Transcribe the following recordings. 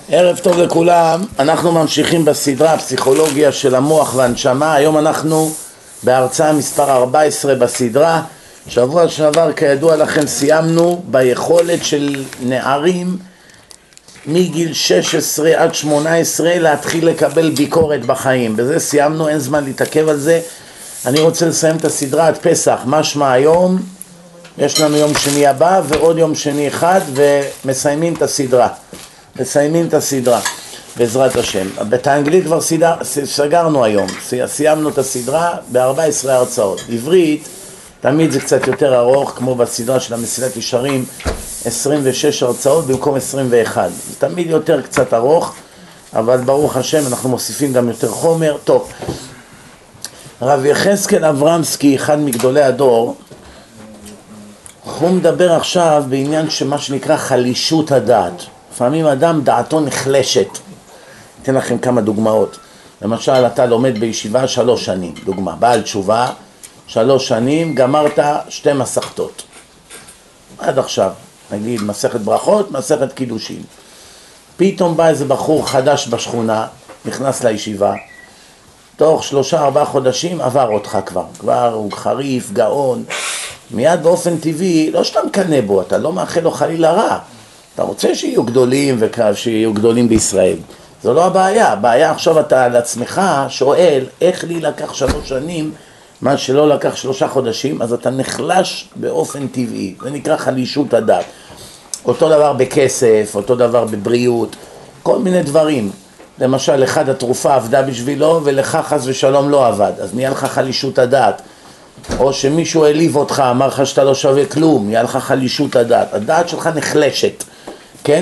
ערב טוב לכולם, אנחנו ממשיכים בסדרה הפסיכולוגיה של המוח והנשמה. היום אנחנו בהרצאה מספר 14 בסדרה. שבוע שעבר כידוע לכם סיימנו ביכולת של נערים מגיל 16 עד 18 להתחיל לקבל ביקורת בחיים. בזה סיימנו, אין זמן להתעכב על זה. אני רוצה לסיים את הסדרה עד פסח, משמע היום יש לנו יום שני הבא ועוד יום שני אחד ומסיימים את הסדרה בעזרת השם. באנגלית כבר סגרנו היום, סיימנו את הסדרה ב-14 הרצאות. עברית תמיד זה קצת יותר ארוך, כמו בסדרה של המסילת ישרים, 26 הרצאות במקום 21. זה תמיד יותר קצת ארוך, אבל ברוך השם אנחנו מוסיפים גם יותר חומר. טוב, רב יחזקאל אברמסקי, אחד מגדולי הדור, הוא מדבר עכשיו בעניין שמה שנקרא חלישות הדעת. לפעמים אדם דעתו נחלשת. אתן לכם כמה דוגמאות. למשל, אתה לומד בישיבה 3 שנים, דוגמה, בעל תשובה, 3 שנים, גמרת 2 מסכתות. עד עכשיו, נגיד מסכת ברכות, מסכת קידושים. פתאום בא איזה בחור חדש בשכונה, נכנס לישיבה, תוך 3-4 חודשים עבר אותך כבר הוא חריף, גאון, מיד באופן טבעי, לא שאתה מקנה בו, אתה לא מאחל לו חלילה רע, אתה רוצה שיהיו גדולים ושיהיו גדולים בישראל. זו לא הבעיה, הבעיה עכשיו אתה על עצמך שואל איך לי לקח 3 שנים, מה שלא לקח 3 חודשים, אז אתה נחלש באופן טבעי, זה נקרא חלישות הדעת. אותו דבר בכסף, אותו דבר בבריאות, כל מיני דברים. למשל, אחד התרופה עבדה בשבילו ולך חס ושלום לא עבד, אז נהיה לך חלישות הדעת. או שמישהו העליב אותך, אמר לך שאתה לא שווה כלום, נהיה לך חלישות הדעת. הדעת שלך נחלשת, כן?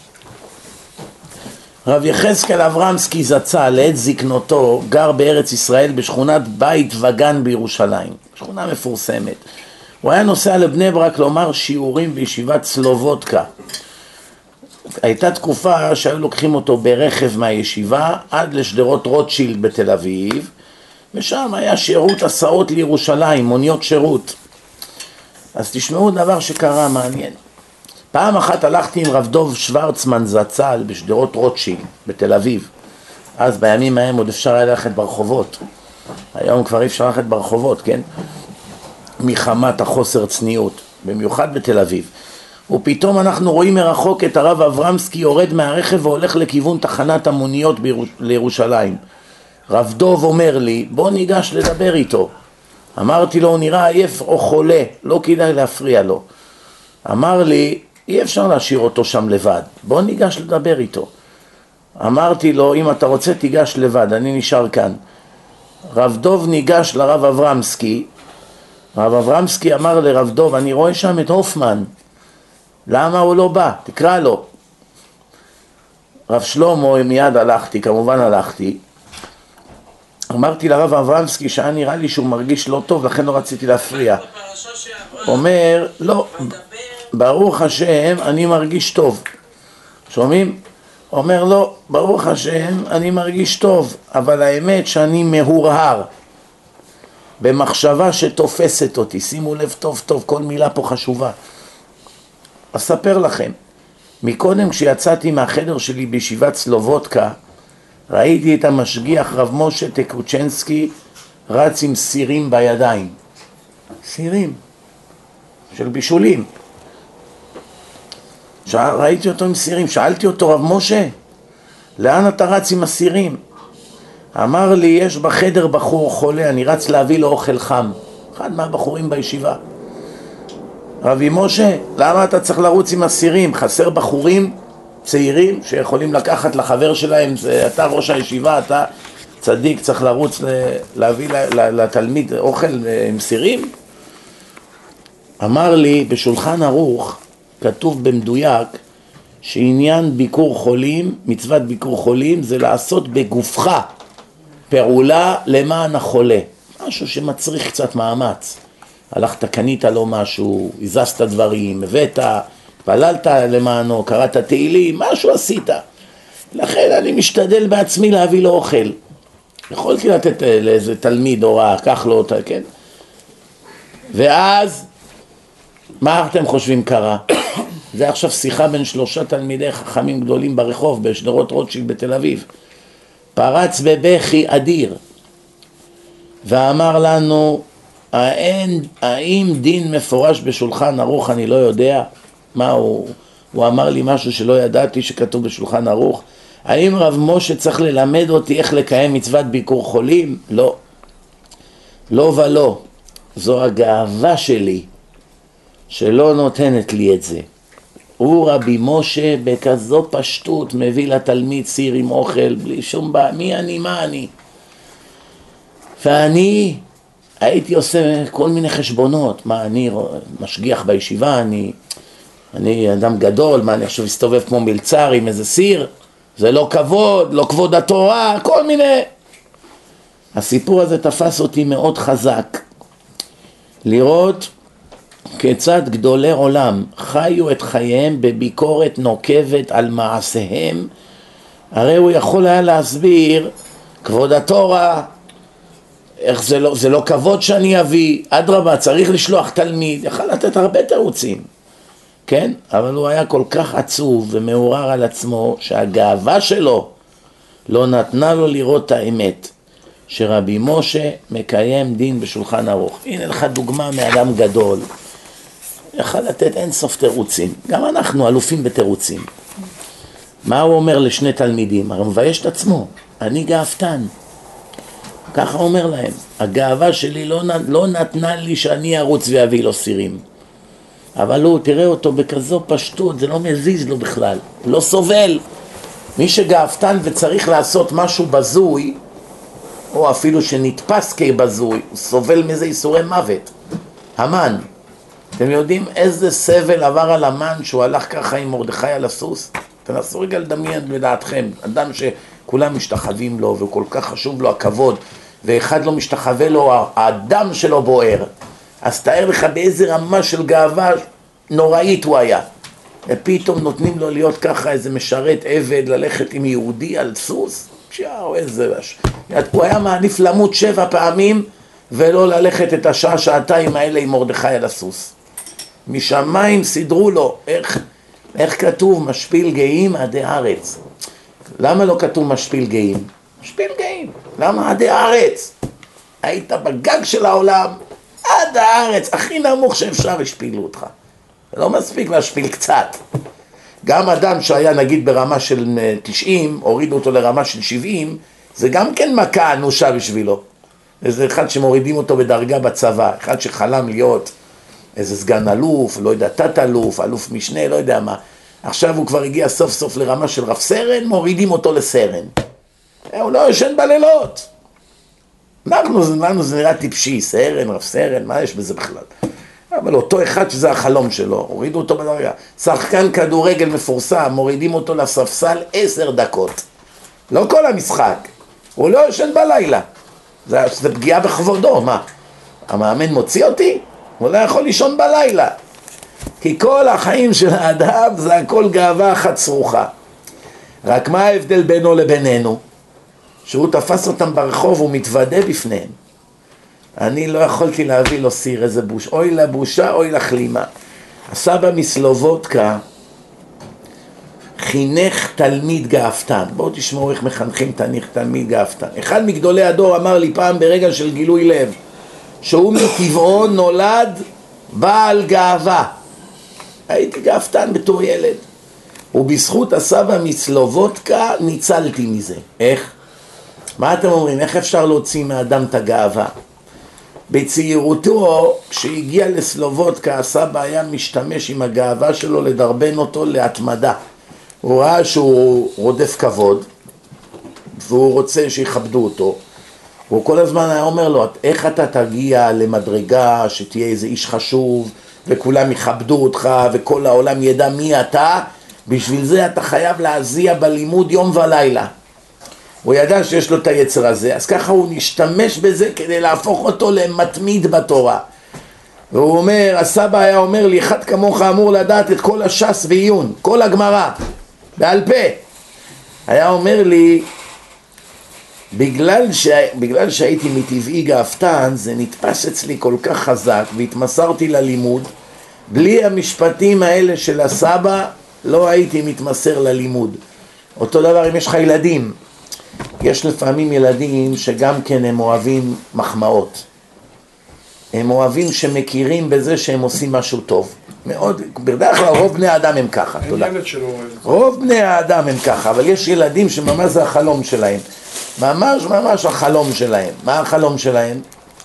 רב יחזקאל אברמסקי זצ"ל לעת זקנותו גר בארץ ישראל בשכונת בית וגן בירושלים, שכונה מפורסמת. הוא היה נוסע לבני ברק לומר שיעורים בישיבת סלובודקה. הייתה תקופה שהיו לוקחים אותו ברכב מהישיבה עד לשדרות רוטשילד בתל אביב, ושם היה שירות הסעות לירושלים, מוניות שירות. אז תשמעו דבר שקרה מעניין. פעם אחת הלכתי עם רב דוב שוורצמן זצ"ל בשדרות רוטשילד בתל אביב. אז בימים ההם עוד אפשר היה ללכת ברחובות. היום כבר אי אפשר ללכת ברחובות, כן? מחמת החוסר צניעות, במיוחד בתל אביב. ופתאום אנחנו רואים מרחוק את הרב אברמסקי יורד מהרכב והולך לכיוון תחנת המוניות לירושלים. רב דוב אומר לי, בוא ניגש לדבר איתו. אמרתי לו, הוא נראה עייף או חולה, לא כדאי להפריע לו. אמר לי, אי אפשר להשאיר אותו שם לבד, בוא ניגש לדבר איתו. אמרתי לו, אם אתה רוצה תיגש לבד, אני נשאר כאן. רב דוב ניגש לרב אברמסקי, רב אברמסקי אמר לרב דוב, אני רואה שם את הופמן, למה הוא לא בא? תקרא לו. רב שלמה, מיד הלכתי, כמובן הלכתי. אמרתי לרב אברמסקי שהיה נראה לי שהוא מרגיש לא טוב, לכן לא רציתי להפריע. אומר, לא, ברוך השם, אני מרגיש טוב. שומעים? אומר לו, ברוך השם, אני מרגיש טוב, אבל האמת שאני מהורהר. במחשבה שתופסת אותי, שימו לב טוב טוב, כל מילה פה חשובה. אספר לכם, מקודם כשיצאתי מהחדר שלי בישיבת סלובודקה, ראיתי את המשגיח רב משה טקוצ'נסקי רץ עם סירים בידיים. סירים של בישולים. ראיתי אותו עם סירים, שאלתי אותו, רב משה, לאן אתה רץ עם הסירים? אמר לי, יש בחדר בחור חולה, אני רץ להביא לו אוכל חם. אחד מהבחורים בישיבה. רבי משה, למה אתה צריך לרוץ עם הסירים? חסר בחורים צעירים שיכולים לקחת לחבר שלהם, אתה ראש הישיבה, אתה צדיק, צריך לרוץ להביא לתלמיד אוכל עם סירים? אמר לי, בשולחן ערוך כתוב במדויק שעניין ביקור חולים, מצוות ביקור חולים, זה לעשות בגופך פעולה למען החולה, משהו שמצריך קצת מאמץ. הלכת, קנית לו משהו, הזזת דברים, הבאת, פללת למענו, קראת תהילים, משהו עשית. לכן אני משתדל בעצמי להביא לו אוכל. יכולתי לתת לאיזה תלמיד הוראה, קח לו אותה, כן? ואז, מה אתם חושבים קרה? זה עכשיו שיחה בין 3 תלמידי חכמים גדולים ברחוב, בשדרות רוטשילד בתל אביב. פרץ בבכי אדיר, ואמר לנו, האם דין מפורש בשולחן ערוך, אני לא יודע. מה הוא אמר לי משהו שלא ידעתי שכתוב בשולחן ערוך. האם רב משה צריך ללמד אותי איך לקיים מצוות ביקור חולים? לא. לא ולא. זו הגאווה שלי שלא נותנת לי את זה. הוא רבי משה בכזו פשטות מביא לתלמיד סיר עם אוכל בלי שום בעיה. מי אני? מה אני? ואני הייתי עושה כל מיני חשבונות. מה אני משגיח בישיבה? אני אדם גדול, מה אני עכשיו אסתובב כמו מלצר עם איזה סיר? זה לא כבוד, לא כבוד התורה, כל מיני. הסיפור הזה תפס אותי מאוד חזק. לראות כיצד גדולי עולם חיו את חייהם בביקורת נוקבת על מעשיהם. הרי הוא יכול היה להסביר, כבוד התורה, איך זה לא כבוד שאני אביא, אדרבה, צריך לשלוח תלמיד, יכול לתת הרבה תירוצים, כן? אבל הוא היה כל כך עצוב ומעורר על עצמו, שהגאווה שלו לא נתנה לו לראות את האמת, שרבי משה מקיים דין בשולחן ערוך. הנה לך דוגמה מאדם גדול, יכול לתת אין סוף תירוצים, גם אנחנו אלופים בתירוצים. מה הוא אומר לשני תלמידים? הרי מבייש את עצמו, אני גאוותן. ככה אומר להם, הגאווה שלי לא נתנה לי שאני ארוץ ואביא לו סירים. אבל הוא, תראה אותו בכזו פשטות, זה לא מזיז לו בכלל, לא סובל. מי שגאוותן וצריך לעשות משהו בזוי, או אפילו שנתפס כבזוי, הוא סובל מזה איסורי מוות. המן, אתם יודעים איזה סבל עבר על המן שהוא הלך ככה עם מרדכי על הסוס? תנסו רגע לדמיין בדעתכם, אדם שכולם משתחווים לו וכל כך חשוב לו הכבוד, ואחד לא משתחווה לו, האדם שלו בוער. אז תאר לך באיזה רמה של גאווה נוראית הוא היה. ופתאום נותנים לו להיות ככה איזה משרת עבד, ללכת עם יהודי על סוס. שיאו, איזה... הוא היה מעניף למות 7 פעמים, ולא ללכת את השעה, שעתיים האלה עם מרדכי על הסוס. משמיים סידרו לו, איך כתוב משפיל גאים עדי ארץ? למה לא כתוב משפיל גאים? משפיל גאים, למה עדי ארץ? היית בגג של העולם, עד הארץ, הכי נמוך שאפשר השפילו אותך. זה לא מספיק להשפיל קצת. גם אדם שהיה נגיד ברמה של 90, הורידו אותו לרמה של 70, זה גם כן מכה אנושה בשבילו. זה אחד שמורידים אותו בדרגה בצבא, אחד שחלם להיות איזה סגן אלוף, לא יודע, תת אלוף, אלוף משנה, לא יודע מה. עכשיו הוא כבר הגיע סוף סוף לרמה של רב סרן, מורידים אותו לסרן. הוא לא ישן בלילות. לנו זה נראה טיפשי, סרן, רב סרן, מה יש בזה בכלל? אבל אותו אחד שזה החלום שלו, הורידו אותו בדרגה. שחקן כדורגל מפורסם, מורידים אותו לספסל 10 דקות. לא כל המשחק, הוא לא ישן בלילה. זה פגיעה בכבודו, מה? המאמן מוציא אותי? הוא לא יכול לישון בלילה. כי כל החיים של האדם זה הכל גאווה אחת צרוכה. רק מה ההבדל בינו לבינינו? שהוא תפס אותם ברחוב ומתוודה בפניהם. אני לא יכולתי להביא לו סיר, איזה בוש, אוי לבושה, אוי לכלימה. הסבא מסלובודקה חינך תלמיד גאוותן. בואו תשמעו איך מחנכים תלמיד גאוותן. אחד מגדולי הדור אמר לי פעם ברגע של גילוי לב, שהוא מטבעו נולד בעל גאווה. הייתי גאוותן בתור ילד. ובזכות הסבא מסלובודקה ניצלתי מזה. איך? מה אתם אומרים? איך אפשר להוציא מאדם את הגאווה? בצעירותו, כשהגיע לסלובודקה, הסבא היה משתמש עם הגאווה שלו לדרבן אותו להתמדה. הוא ראה שהוא רודף כבוד, והוא רוצה שיכבדו אותו. הוא כל הזמן היה אומר לו, איך אתה תגיע למדרגה שתהיה איזה איש חשוב, וכולם יכבדו אותך, וכל העולם ידע מי אתה, בשביל זה אתה חייב להזיע בלימוד יום ולילה. הוא ידע שיש לו את היצר הזה, אז ככה הוא נשתמש בזה כדי להפוך אותו למתמיד בתורה. והוא אומר, הסבא היה אומר לי, אחד כמוך אמור לדעת את כל הש"ס ועיון, כל הגמרא, בעל פה. היה אומר לי, בגלל שהייתי מטבעי גאוותן, זה נתפס אצלי כל כך חזק, והתמסרתי ללימוד, בלי המשפטים האלה של הסבא לא הייתי מתמסר ללימוד. אותו דבר אם יש לך ילדים, יש לפעמים ילדים שגם כן הם אוהבים מחמאות, הם אוהבים שמכירים בזה שהם עושים משהו טוב מאוד. בדרך כלל רוב בני האדם הם ככה, תודה. רוב בני האדם הם ככה, אבל יש ילדים שממש זה החלום שלהם, ממש החלום שלהם. מה החלום שלהם?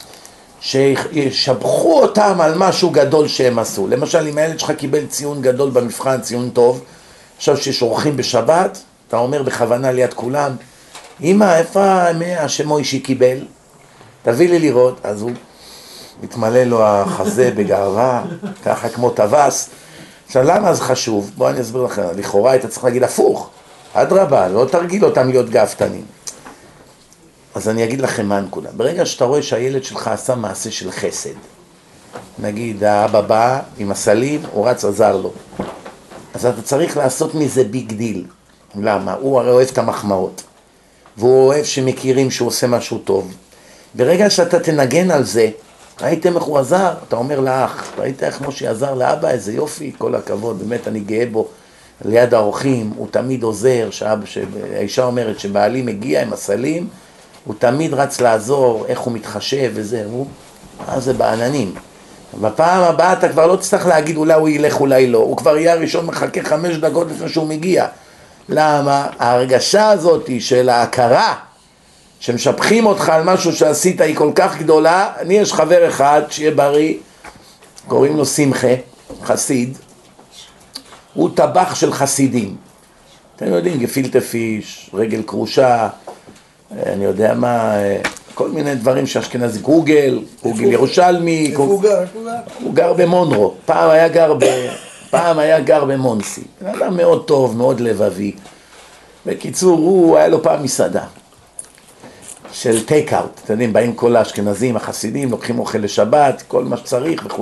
שישבחו אותם על משהו גדול שהם עשו. למשל, אם הילד שלך קיבל ציון גדול במבחן, ציון טוב, עכשיו שיש אורחים בשבת, אתה אומר בכוונה ליד כולם, אמא, איפה שמוישי קיבל? תביא לי לראות. אז הוא מתמלא לו החזה בגאווה, ככה כמו טווס. עכשיו, למה זה חשוב? בואו אני אסביר לכם. לכאורה היית צריך להגיד הפוך, אדרבה, לא תרגיל אותם להיות גאוותנים. אז אני אגיד לכם מה הנקודה. ברגע שאתה רואה שהילד שלך עשה מעשה של חסד, נגיד האבא בא עם הסלים, הוא רץ עזר לו, אז אתה צריך לעשות מזה ביג דיל. למה? הוא הרי אוהב את המחמאות, והוא אוהב שמכירים שהוא עושה משהו טוב. ברגע שאתה תנגן על זה, ראיתם איך הוא עזר? אתה אומר לאח, ראית איך משה עזר לאבא? איזה יופי, כל הכבוד, באמת אני גאה בו. ליד האורחים הוא תמיד עוזר, האישה אומרת שבעלי מגיע עם הסלים, הוא תמיד רץ לעזור, איך הוא מתחשב וזה, אז זה בעננים. בפעם הבאה אתה כבר לא תצטרך להגיד אולי הוא ילך אולי לא, הוא כבר יהיה הראשון מחכה 5 דקות לפני שהוא מגיע. למה? ההרגשה הזאת של ההכרה שמשבחים אותך על משהו שעשית היא כל כך גדולה. אני יש חבר אחד שיהיה בריא, קוראים לו שמחה, חסיד, הוא טבח של חסידים, אתם יודעים, גפילטה פיש, רגל קרושה, אני יודע מה, כל מיני דברים שאשכנזי, גוגל ירושלמי. הוא גר במונרו, פעם היה גר במונסי, אדם מאוד טוב, מאוד לבבי. בקיצור, הוא היה לו פעם מסעדה של טייק אאוט, אתם יודעים, באים כל האשכנזים, החסידים, לוקחים אוכל לשבת, כל מה שצריך וכו'.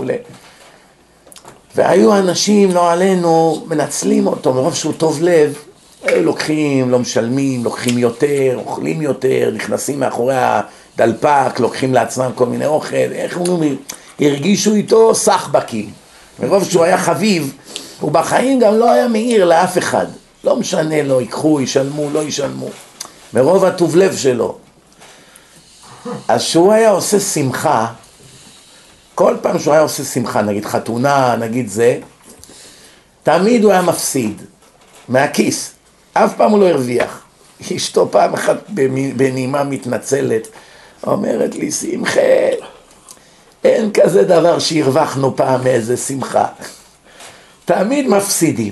והיו אנשים, לא עלינו, מנצלים אותו, מרוב שהוא טוב לב, היו לוקחים, לא משלמים, לוקחים יותר, אוכלים יותר, נכנסים מאחורי הדלפק, לוקחים לעצמם כל מיני אוכל, איך אומרים, הרגישו איתו סחבקים. מרוב שהוא היה חביב, הוא בחיים גם לא היה מאיר לאף אחד. לא משנה לו, ייקחו, ישלמו, לא ישלמו. מרוב הטוב לב שלו. אז שהוא היה עושה שמחה, כל פעם שהוא היה עושה שמחה, נגיד חתונה, נגיד זה, תמיד הוא היה מפסיד מהכיס. אף פעם הוא לא הרוויח. אשתו פעם אחת בנעימה מתנצלת, אומרת לי, שמחה, אין כזה דבר שהרווחנו פעם מאיזה שמחה. תמיד מפסידים.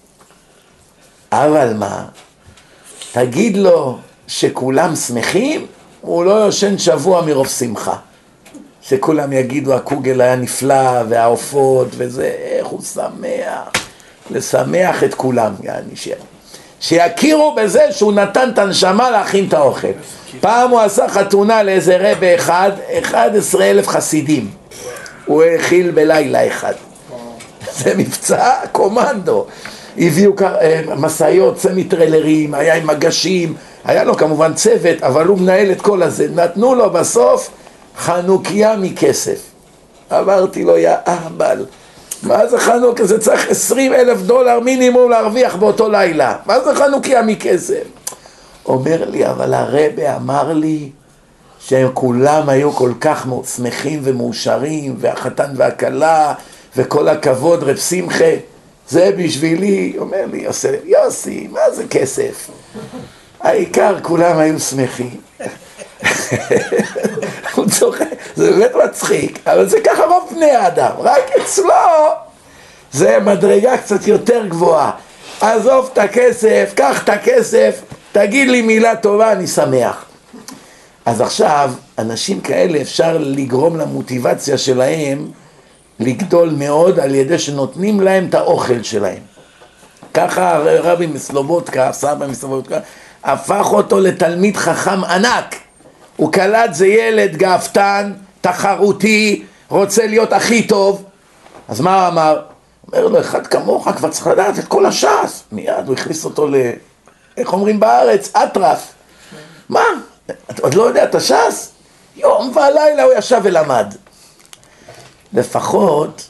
אבל מה? תגיד לו שכולם שמחים, הוא לא יושן שבוע מרוב שמחה. שכולם יגידו, הקוגל היה נפלא, והעופות וזה, איך הוא שמח. לשמח את כולם, שיכירו בזה שהוא נתן את הנשמה להכין את האוכל. פעם הוא עשה חתונה לאיזה רבי אחד, 11,000 חסידים. הוא הכיל בלילה אחד. זה מבצע קומנדו. הביאו מסעיות, סמיטרלרים, היה עם מגשים, היה לו כמובן צוות, אבל הוא מנהל את כל הזה. נתנו לו בסוף חנוכיה מכסף. אמרתי לו, יא אהבל, מה זה חנוכיה? זה צריך $20,000 מינימום להרוויח באותו לילה. מה זה חנוכיה מכסף? אומר לי, אבל הרבי אמר לי שהם כולם היו כל כך שמחים ומאושרים, והחתן והכלה, וכל הכבוד, רב שמחה, זה בשבילי. אומר לי, יוסי, מה זה כסף? העיקר כולם היו שמחים. הוא צוחק, זה באמת מצחיק, אבל זה ככה רוב בני האדם, רק אצלו זה מדרגה קצת יותר גבוהה. עזוב את הכסף, קח את הכסף, תגיד לי מילה טובה, אני שמח. אז עכשיו, אנשים כאלה אפשר לגרום למוטיבציה שלהם לגדול מאוד על ידי שנותנים להם את האוכל שלהם. ככה רבי מסלובודקה, סבא מסלובודקה, הפך אותו לתלמיד חכם ענק. הוא קלט זה ילד גאוותן, תחרותי, רוצה להיות הכי טוב. אז מה הוא אמר? אומר לו, אחד כמוך כבר צריך לדעת את כל הש"ס. מיד הוא הכניס אותו איך אומרים בארץ? אטרף. מה? אתה עוד לא יודע את הש"ס? יום ולילה הוא ישב ולמד. לפחות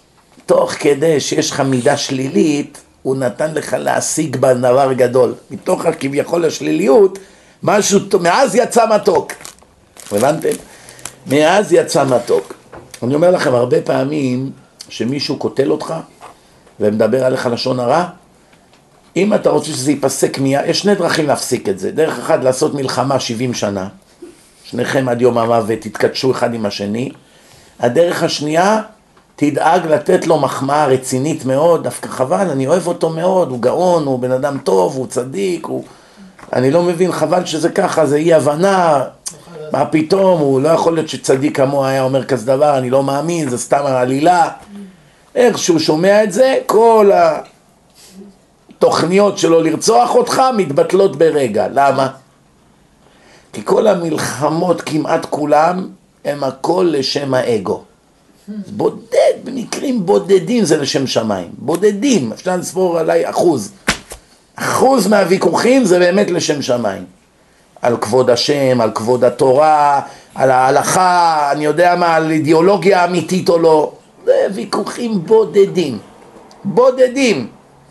תוך כדי שיש לך מידה שלילית, הוא נתן לך להשיג בדבר גדול. מתוך כביכול השליליות, משהו, מאז יצא מתוק. הבנתם? מאז יצא מתוק. אני אומר לכם, הרבה פעמים שמישהו קוטל אותך ומדבר עליך לשון הרע, אם אתה רוצה שזה ייפסק מיד, יש שני דרכים להפסיק את זה. דרך אחד, לעשות מלחמה 70 שנה, שניכם עד יום המוות תתקדשו אחד עם השני. הדרך השנייה, תדאג לתת לו מחמאה רצינית מאוד, דווקא חבל, אני אוהב אותו מאוד, הוא גאון, הוא בן אדם טוב, הוא צדיק, אני לא מבין, חבל שזה ככה, זה אי הבנה, מה פתאום, הוא לא יכול להיות שצדיק כמוה היה אומר כזה דבר, אני לא מאמין, זה סתם עלילה. איך שהוא שומע את זה, כל התוכניות שלו לרצוח אותך מתבטלות ברגע. למה? כי כל המלחמות, כמעט כולם, הם הכל לשם האגו. בודד, במקרים בודדים זה לשם שמיים. בודדים, אפשר לספור עליי אחוז מהוויכוחים זה באמת לשם שמיים. על כבוד השם, על כבוד התורה, על ההלכה, אני יודע מה, על אידיאולוגיה אמיתית או לא. זה ויכוחים בודדים. בודדים.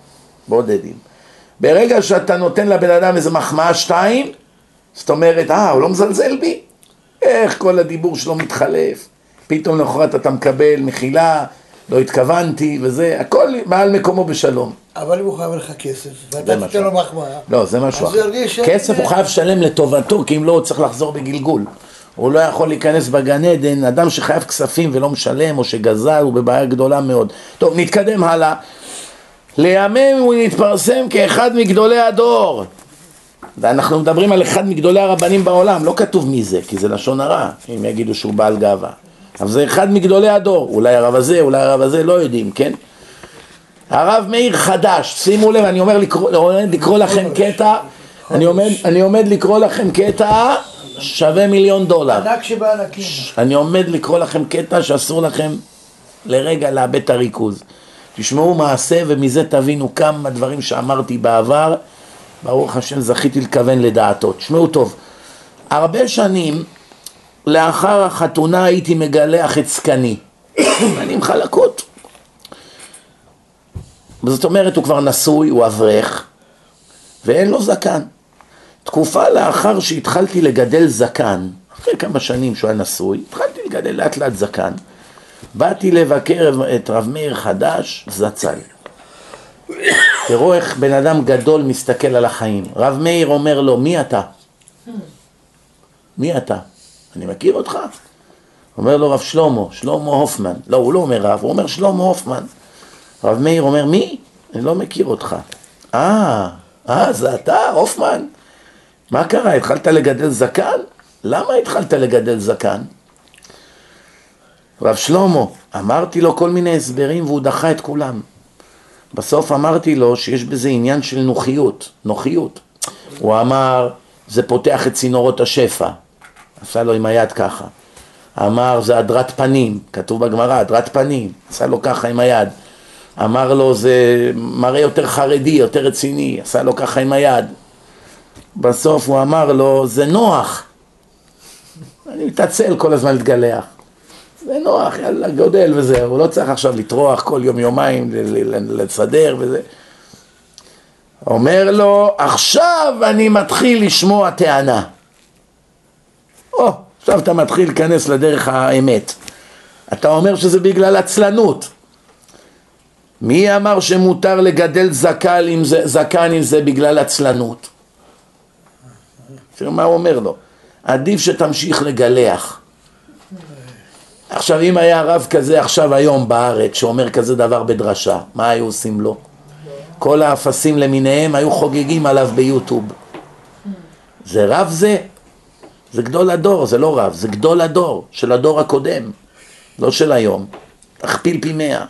ברגע שאתה נותן לבן אדם איזה מחמאה 2, זאת אומרת, הוא לא מזלזל בי? איך כל הדיבור שלו מתחלף? פתאום לאחרת אתה מקבל מחילה, לא התכוונתי וזה, הכל מעל מקומו בשלום. אבל אם הוא חייב לך כסף, ואתה תתן לו מחמאה. לא, זה משהו אחר. כסף הוא חייב לשלם לטובתו, כי אם לא הוא צריך לחזור בגלגול. הוא לא יכול להיכנס בגן עדן, אדם שחייב כספים ולא משלם או שגזל, הוא בבעיה גדולה מאוד. טוב, נתקדם הלאה. לימים הוא נתפרסם כאחד מגדולי הדור. ואנחנו מדברים על אחד מגדולי הרבנים בעולם, לא כתוב מי זה, כי זה לשון הרע, אם יגידו שהוא בעל גאווה. אבל זה אחד מגדולי הדור, אולי הרב הזה, לא יודעים, כן? הרב מאיר חדש, שימו לב, אני אומר לקרוא לכם קטע, אני עומד לקרוא לכם קטע שווה $1,000,000. ענק שבענקים. אני עומד לקרוא לכם קטע שאסור לכם לרגע לאבד את הריכוז. תשמעו מעשה ומזה תבינו כמה דברים שאמרתי בעבר, ברוך השם זכיתי לכוון לדעתו. תשמעו טוב, הרבה שנים לאחר החתונה הייתי מגלח את זקני, אני עם חלקות. זאת אומרת הוא כבר נשוי, הוא אברך, ואין לו זקן. תקופה לאחר שהתחלתי לגדל זקן, אחרי כמה שנים שהוא היה נשוי, התחלתי לגדל לאט לאט זקן, באתי לבקר את רב מאיר חדש, זצ"ל. תראו איך בן אדם גדול מסתכל על החיים. רב מאיר אומר לו, מי אתה? מי אתה? אני מכיר אותך? אומר לו רב שלמה הופמן. לא, הוא לא אומר רב, הוא אומר שלמה הופמן. רב מאיר אומר, מי? אני לא מכיר אותך. זה אתה, הופמן? מה קרה? התחלת לגדל זקן? למה התחלת לגדל זקן? רב שלמה, אמרתי לו כל מיני הסברים והוא דחה את כולם. בסוף אמרתי לו שיש בזה עניין של נוחיות. הוא אמר, זה פותח את צינורות השפע. עשה לו עם היד ככה. אמר, זה הדרת פנים, כתוב בגמרא, הדרת פנים. עשה לו ככה עם היד. אמר לו, זה מראה יותר חרדי, יותר רציני. עשה לו ככה עם היד. בסוף הוא אמר לו, זה נוח. אני מתעצל כל הזמן להתגלח. זה נוח, יאללה, גודל וזה, הוא לא צריך עכשיו לטרוח כל יומיים, לסדר וזה. אומר לו, עכשיו אני מתחיל לשמוע טענה. עכשיו אתה מתחיל להיכנס לדרך האמת. אתה אומר שזה בגלל עצלנות. מי אמר שמותר לגדל זקן אם זה בגלל עצלנות? תראו מה הוא אומר לו, עדיף שתמשיך לגלח. עכשיו אם היה רב כזה עכשיו היום בארץ שאומר כזה דבר בדרשה, מה היו עושים לו? כל האפסים למיניהם היו חוגגים עליו ביוטיוב. זה רב זה? זה גדול הדור, זה לא רב, זה גדול הדור, של הדור הקודם, לא של היום. תכפיל פי 100.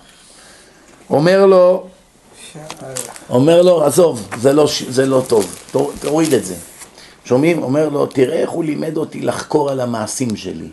אומר לו, עזוב, זה לא טוב, תוריד את זה. שומעים? אומר לו, תראה איך הוא לימד אותי לחקור על המעשים שלי.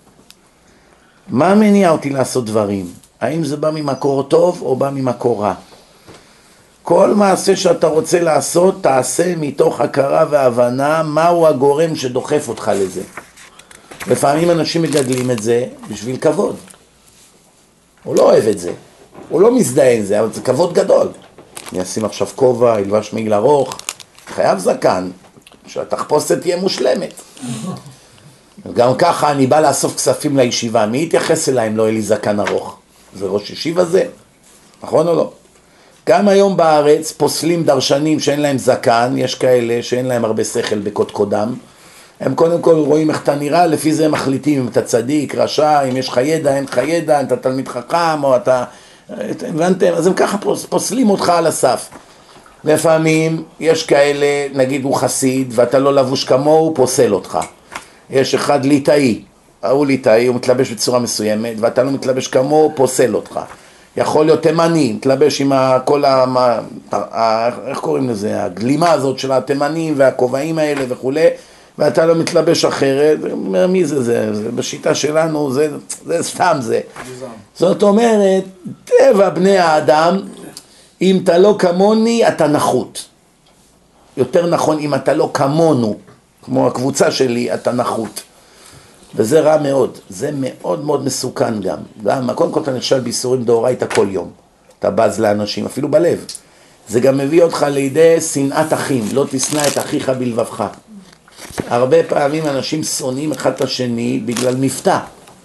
מה מניע אותי לעשות דברים? האם זה בא ממקור טוב או בא ממקור רע? כל מעשה שאתה רוצה לעשות, תעשה מתוך הכרה והבנה מהו הגורם שדוחף אותך לזה. לפעמים אנשים מגדלים את זה בשביל כבוד. הוא לא אוהב את זה. הוא לא מזדהה עם זה, אבל זה כבוד גדול. אני אשים עכשיו כובע, ילבש מעיל ארוך, חייב זקן, שהתחפושת תהיה מושלמת. גם ככה אני בא לאסוף כספים לישיבה, מי יתייחס אליי אם לא יהיה לי זקן ארוך? זה ראש ישיבה זה? נכון או לא? גם היום בארץ פוסלים דרשנים שאין להם זקן, יש כאלה שאין להם הרבה שכל בקודקודם, הם קודם כל רואים איך אתה נראה, לפי זה הם מחליטים אם אתה צדיק, רשע, אם יש לך ידע, אין לך ידע, אם אתה תלמיד חכם או אתה... הבנתם? אז הם ככה פוסלים אותך על הסף. לפעמים יש כאלה, נגיד הוא חסיד ואתה לא לבוש כמוהו, הוא פוסל אותך. יש אחד ליטאי, הוא ליטאי, הוא מתלבש בצורה מסוימת ואתה לא מתלבש כמוהו, הוא פוסל אותך. יכול להיות תימני, מתלבש עם כל איך קוראים לזה, הגלימה הזאת של התימנים והכובעים האלה וכו', ואתה לא מתלבש אחרת. מי זה? זה בשיטה שלנו, זה סתם זה. זאת אומרת, טבע בני האדם, אם אתה לא כמוני, אתה נחות. יותר נכון, אם אתה לא כמונו, כמו הקבוצה שלי, אתה נחות. וזה רע מאוד, זה מאוד מאוד מסוכן גם קודם כל אתה נכשל באיסורים דאורייתא כל יום, אתה בז לאנשים, אפילו בלב. זה גם מביא אותך לידי שנאת אחים, לא תשנא את אחיך בלבבך. הרבה פעמים אנשים שונאים אחד את השני בגלל מבטא,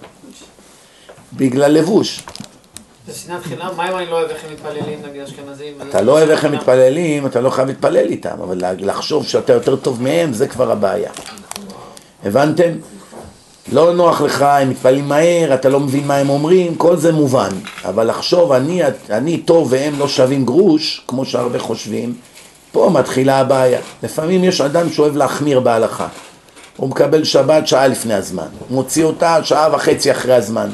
בגלל לבוש. זה שנאת חינם, מה אם אני לא אוהב איך הם מתפללים, נגיד אשכנזים? אתה לא אוהב איך הם מתפללים, אתה לא חייב להתפלל איתם, אבל לחשוב שאתה יותר טוב מהם, זה כבר הבעיה. הבנתם? לא נוח לך, הם מתפללים מהר, אתה לא מבין מה הם אומרים, כל זה מובן. אבל לחשוב, אני טוב והם לא שווים גרוש, כמו שהרבה חושבים, פה מתחילה הבעיה. לפעמים יש אדם שאוהב להחמיר בהלכה. הוא מקבל שבת שעה לפני הזמן, מוציא אותה שעה וחצי אחרי הזמן.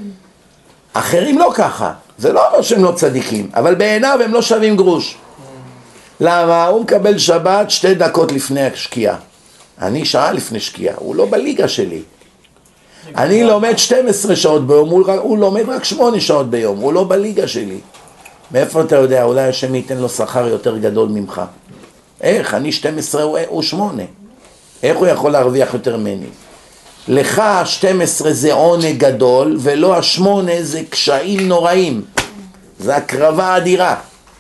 אחרים לא ככה, זה לא אומר שהם לא צדיקים, אבל בעיניו הם לא שווים גרוש. למה? הוא מקבל שבת 2 דקות לפני השקיעה. אני שעה לפני שקיעה, הוא לא בליגה שלי. אני לומד 12 שעות ביום, הוא לומד רק 8 שעות ביום, הוא לא בליגה שלי. מאיפה אתה יודע? אולי השם ייתן לו שכר יותר גדול ממך. איך? אני 12, הוא 8. איך הוא יכול להרוויח יותר ממני? לך 12 זה עונג גדול, ולא 8 זה קשיים נוראים. זה הקרבה אדירה.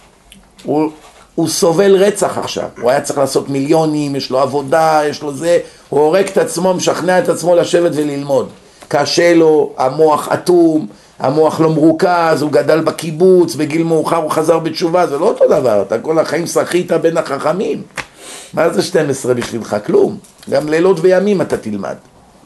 הוא סובל רצח עכשיו, הוא היה צריך לעשות מיליונים, יש לו עבודה, יש לו זה, הוא הורג את עצמו, משכנע את עצמו לשבת וללמוד. קשה לו, המוח אטום, המוח לא מרוכז, הוא גדל בקיבוץ, בגיל מאוחר הוא חזר בתשובה, זה לא אותו דבר, אתה כל החיים שחית בין החכמים. מה זה 12 בשבילך? כלום. גם לילות וימים אתה תלמד.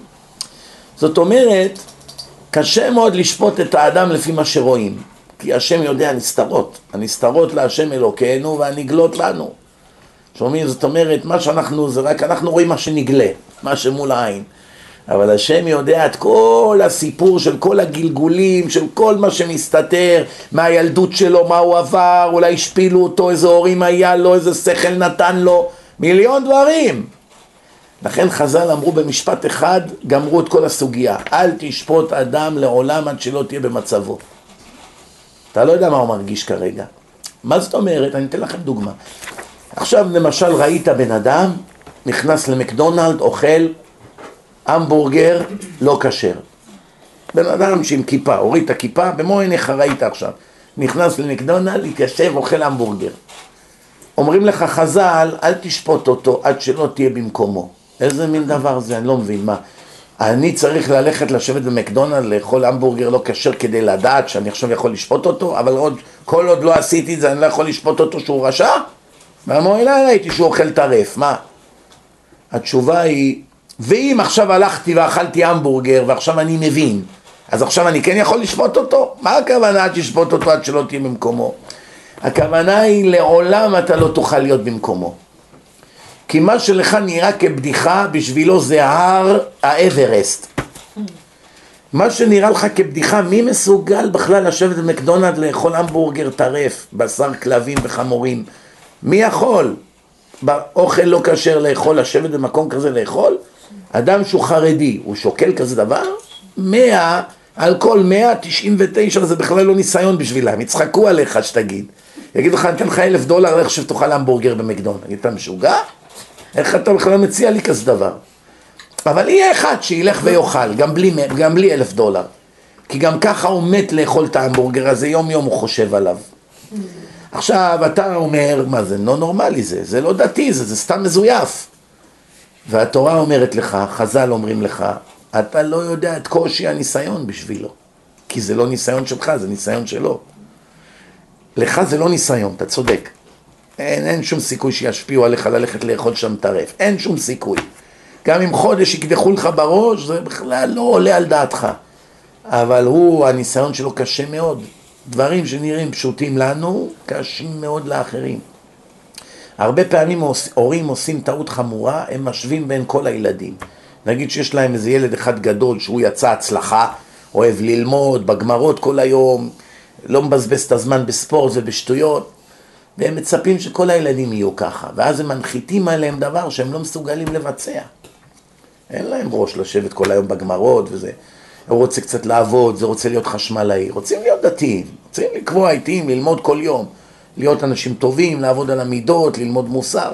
זאת אומרת, קשה מאוד לשפוט את האדם לפי מה שרואים. כי השם יודע נסתרות, הנסתרות להשם אלוקינו והנגלות לנו. שומעים? זאת אומרת, מה שאנחנו, זה רק אנחנו רואים מה שנגלה, מה שמול העין. אבל השם יודע את כל הסיפור של כל הגלגולים, של כל מה שמסתתר, מהילדות שלו, מה הוא עבר, אולי השפילו אותו, איזה הורים היה לו, איזה שכל נתן לו, מיליון דברים. לכן חז"ל אמרו במשפט אחד, גמרו את כל הסוגיה, אל תשפוט אדם לעולם עד שלא תהיה במצבו. אתה לא יודע מה הוא מרגיש כרגע. מה זאת אומרת? אני אתן לכם דוגמה. עכשיו למשל ראית בן אדם, נכנס למקדונלד, אוכל המבורגר לא כשר. בן אדם שעם כיפה, הוריד את הכיפה, במו עיניך ראית עכשיו. נכנס למקדונלד, התיישב, אוכל המבורגר. אומרים לך חז"ל, אל תשפוט אותו עד שלא תהיה במקומו. איזה מין דבר זה? אני לא מבין מה. אני צריך ללכת לשבת במקדונלד, לאכול המבורגר לא כשר כדי לדעת שאני עכשיו יכול לשפוט אותו, אבל כל עוד לא עשיתי את זה, אני לא יכול לשפוט אותו שהוא רשע? במו עיניי ראיתי שהוא אוכל טרף, מה? התשובה היא, ואם עכשיו הלכתי ואכלתי המבורגר ועכשיו אני מבין, אז עכשיו אני כן יכול לשפוט אותו? מה הכוונה עד לשפוט אותו עד שלא תהיה במקומו? הכוונה היא לעולם אתה לא תוכל להיות במקומו. כי מה שלך נראה כבדיחה, בשבילו זה הר האברסט. מה שנראה לך כבדיחה, מי מסוגל בכלל לשבת במקדונלד לאכול המבורגר טרף, בשר כלבים וחמורים? מי יכול? באוכל לא כשר לאכול, לשבת במקום כזה לאכול? אדם שהוא חרדי, הוא שוקל כזה דבר? 100, על כל 100, 99 זה בכלל לא ניסיון בשבילם, יצחקו עליך שתגיד. יגיד לך, אני אתן לך $1,000, איך שתאכל המבורגר במקדונלד. יגיד, אתה משוגע? איך אתה בכלל מציע לי כזה דבר? אבל יהיה אחד שילך ויוכל, גם בלי $1,000. כי גם ככה הוא מת לאכול את ההמבורגר הזה, יום יום הוא חושב עליו. עכשיו אתה אומר, מה זה לא נורמלי זה לא דתי, זה סתם מזויף. והתורה אומרת לך, חז"ל אומרים לך, אתה לא יודע את קושי הניסיון בשבילו. כי זה לא ניסיון שלך, זה ניסיון שלו. לך זה לא ניסיון, אתה צודק. אין שום סיכוי שישפיעו עליך ללכת לאכול שם טרף. אין שום סיכוי. גם אם חודש יקדחו לך בראש, זה בכלל לא עולה על דעתך. אבל הניסיון שלו קשה מאוד. דברים שנראים פשוטים לנו, קשים מאוד לאחרים. הרבה פעמים הורים עושים טעות חמורה, הם משווים בין כל הילדים. נגיד שיש להם איזה ילד אחד גדול שהוא יצא הצלחה, אוהב ללמוד בגמרות כל היום, לא מבזבז את הזמן בספורט ובשטויות, והם מצפים שכל הילדים יהיו ככה, ואז הם מנחיתים עליהם דבר שהם לא מסוגלים לבצע. אין להם ראש לשבת כל היום בגמרות וזה. הוא רוצה קצת לעבוד, זה רוצה להיות חשמלאי, רוצים להיות דתיים, רוצים לקבוע עיתים, ללמוד כל יום, להיות אנשים טובים, לעבוד על המידות, ללמוד מוסר.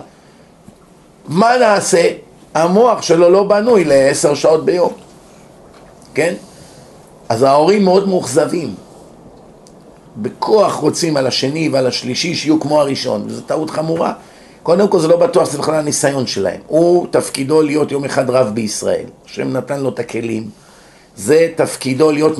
מה נעשה? המוח שלו לא בנוי ל10 שעות ביום, כן? אז ההורים מאוד מאוכזבים, בכוח רוצים על השני ועל השלישי שיהיו כמו הראשון, וזו טעות חמורה. קודם כל זה לא בטוח, זה בכלל הניסיון שלהם. הוא תפקידו להיות יום אחד רב בישראל, השם נתן לו את הכלים, זה תפקידו להיות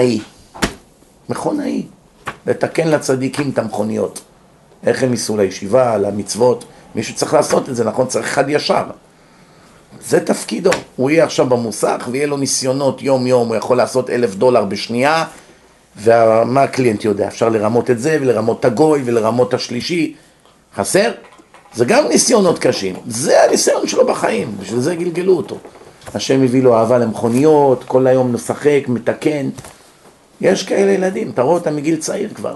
מכונאי, לתקן לצדיקים את המכוניות, איך הם ייסעו לישיבה, למצוות, מישהו צריך לעשות את זה, נכון? צריך אחד ישר, זה תפקידו. הוא יהיה עכשיו במוסך ויהיה לו ניסיונות יום יום, הוא יכול לעשות $1,000 בשנייה, ומה הקליינט יודע? אפשר לרמות את זה ולרמות את הגוי ולרמות את השלישי. חסר? זה גם ניסיונות קשים, זה הניסיון שלו בחיים, בשביל זה גלגלו אותו. השם הביא לו אהבה למכוניות, כל היום משחק, מתקן. יש כאלה ילדים, אתה רואה אותם מגיל צעיר כבר.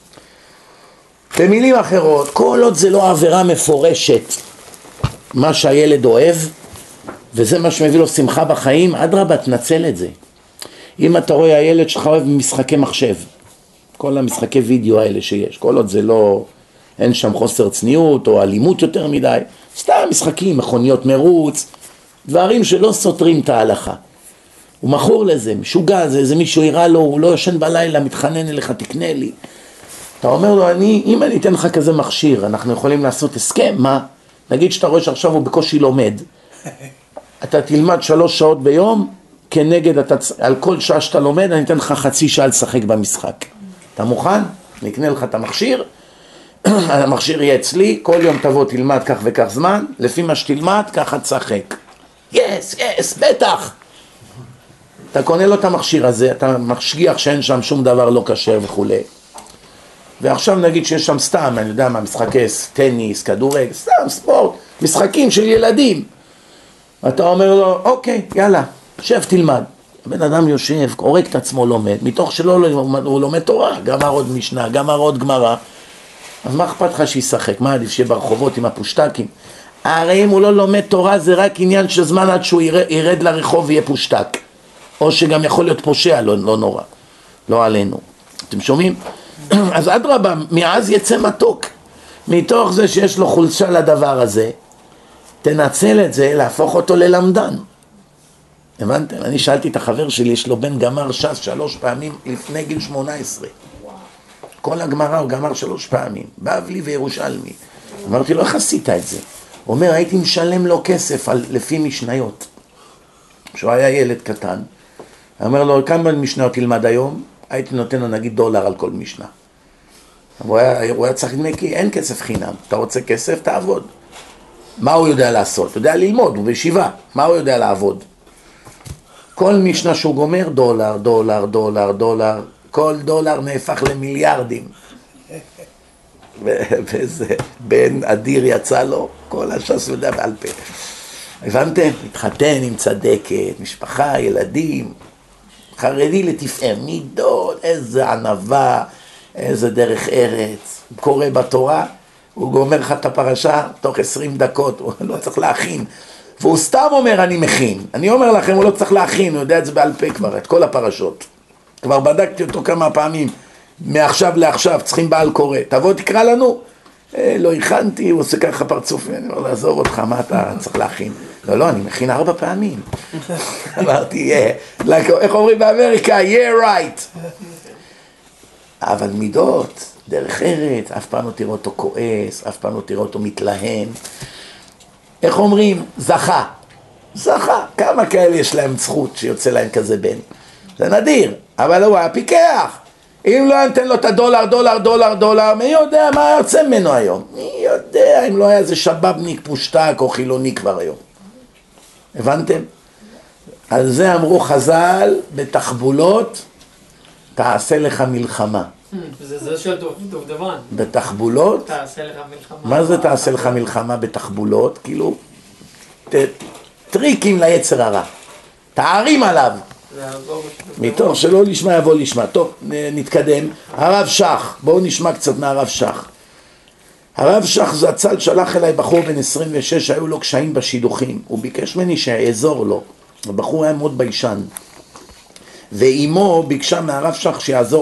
במילים אחרות, כל עוד זה לא עבירה מפורשת, מה שהילד אוהב, וזה מה שמביא לו שמחה בחיים, אדרבה, תנצל את זה. אם אתה רואה הילד שלך אוהב משחקי מחשב, כל המשחקי וידאו האלה שיש, כל עוד זה לא, אין שם חוסר צניעות או אלימות יותר מדי, סתם משחקים, מכוניות מרוץ, דברים שלא סותרים את ההלכה. הוא מכור לזה, משוגע, זה מישהו יראה לו, הוא לא ישן בלילה, מתחנן אליך, תקנה לי. אתה אומר לו, אם אני אתן לך כזה מכשיר, אנחנו יכולים לעשות הסכם, מה? נגיד שאתה רואה שעכשיו הוא בקושי לומד, אתה תלמד 3 שעות ביום, כנגד, על כל שעה שאתה לומד, אני אתן לך חצי שעה לשחק במשחק. אתה מוכן? נקנה לך את המכשיר, המכשיר יהיה אצלי, כל יום תבוא תלמד כך וכך זמן, לפי מה שתלמד, ככה תשחק. yes, בטח. אתה קונה לו את המכשיר הזה, אתה משגיח שאין שם שום דבר לא כשר וכו'. ועכשיו נגיד שיש שם סתם, אני יודע מה, משחקי טניס, כדורגל, סתם ספורט, משחקים של ילדים. אתה אומר לו, אוקיי, יאללה, שב תלמד. הבן אדם יושב, עורק את עצמו לומד, מתוך שלא הוא לומד תורה, גמר עוד משנה, גמר עוד גמרא. אז מה אכפת לך שישחק? מה עדיף שיהיה ברחובות עם הפושטקים? הרי אם הוא לא לומד תורה זה רק עניין של זמן עד שהוא ירד לרחוב ויהיה פושטק. או שגם יכול להיות פושע, לא נורא, לא עלינו. אתם שומעים? אז אדרבה, מאז יצא מתוק. מתוך זה שיש לו חולשה לדבר הזה, תנצל את זה, להפוך אותו ללמדן. הבנתם? אני שאלתי את החבר שלי, יש לו בן גמר ש"ס 3 פעמים לפני גיל 18. כל הגמרא הוא גמר 3 פעמים, בבלי וירושלמי. אמרתי לו, איך עשית את זה? הוא אומר, הייתי משלם לו כסף לפי משניות. כשהוא היה ילד קטן, אומר לו, כמה משניות תלמד היום? הייתי נותן לו נגיד $1 על כל משנה. הוא היה צריך לדמי, כי אין כסף חינם. אתה רוצה כסף, תעבוד. מה הוא יודע לעשות? הוא יודע ללמוד, הוא בישיבה. מה הוא יודע לעבוד? כל משנה שהוא גומר, $1. כל $1 נהפך למיליארדים. וזה בן אדיר יצא לו, כל הש"ס יודע בעל פה. הבנתם? מתחתן עם צדקת, משפחה, ילדים, חרדי לתפארת, מידות, איזה ענווה, איזה דרך ארץ. קורא בתורה, הוא גומר לך את הפרשה תוך 20 דקות, הוא לא צריך להכין. והוא סתם אומר אני מכין. אני אומר לכם, הוא לא צריך להכין, הוא יודע את זה בעל פה כבר, את כל הפרשות. כבר בדקתי אותו כמה פעמים, מעכשיו לעכשיו, צריכים בעל קורא. תבוא תקרא לנו. לא הכנתי, הוא עושה ככה פרצוף, אני אומר, לעזור אותך, מה אתה צריך להכין? לא, אני מכין 4 פעמים. אמרתי, איך אומרים באמריקה? Yeah, right. אבל מידות, דרך ארץ, אף פעם לא תראה אותו כועס, אף פעם לא תראה אותו מתלהם. איך אומרים? זכה. כמה כאלה יש להם זכות שיוצא להם כזה בן? זה נדיר, אבל הוא היה פיקח. אם לא נתן לו את $1, מי יודע מה יוצא ממנו היום? מי יודע אם לא היה איזה שבבניק פושטק או חילוני כבר היום. הבנתם? על זה אמרו חז"ל בתחבולות, תעשה לך מלחמה. זה של דובדבן. בתחבולות? תעשה לך מלחמה. מה זה תעשה לך מלחמה בתחבולות? כאילו, טריקים ליצר הרע. תערים עליו. מתוך שלא לשמה יבוא לשמה. טוב, נתקדם. הרב שך, בואו נשמע קצת מהרב שך. הרב שך זצ"ל שלח אליי בחור בן 26, היו לו קשיים בשידוכים. הוא ביקש ממני שיעזור לו. הבחור היה מאוד ביישן. ואימו ביקשה מהרב שך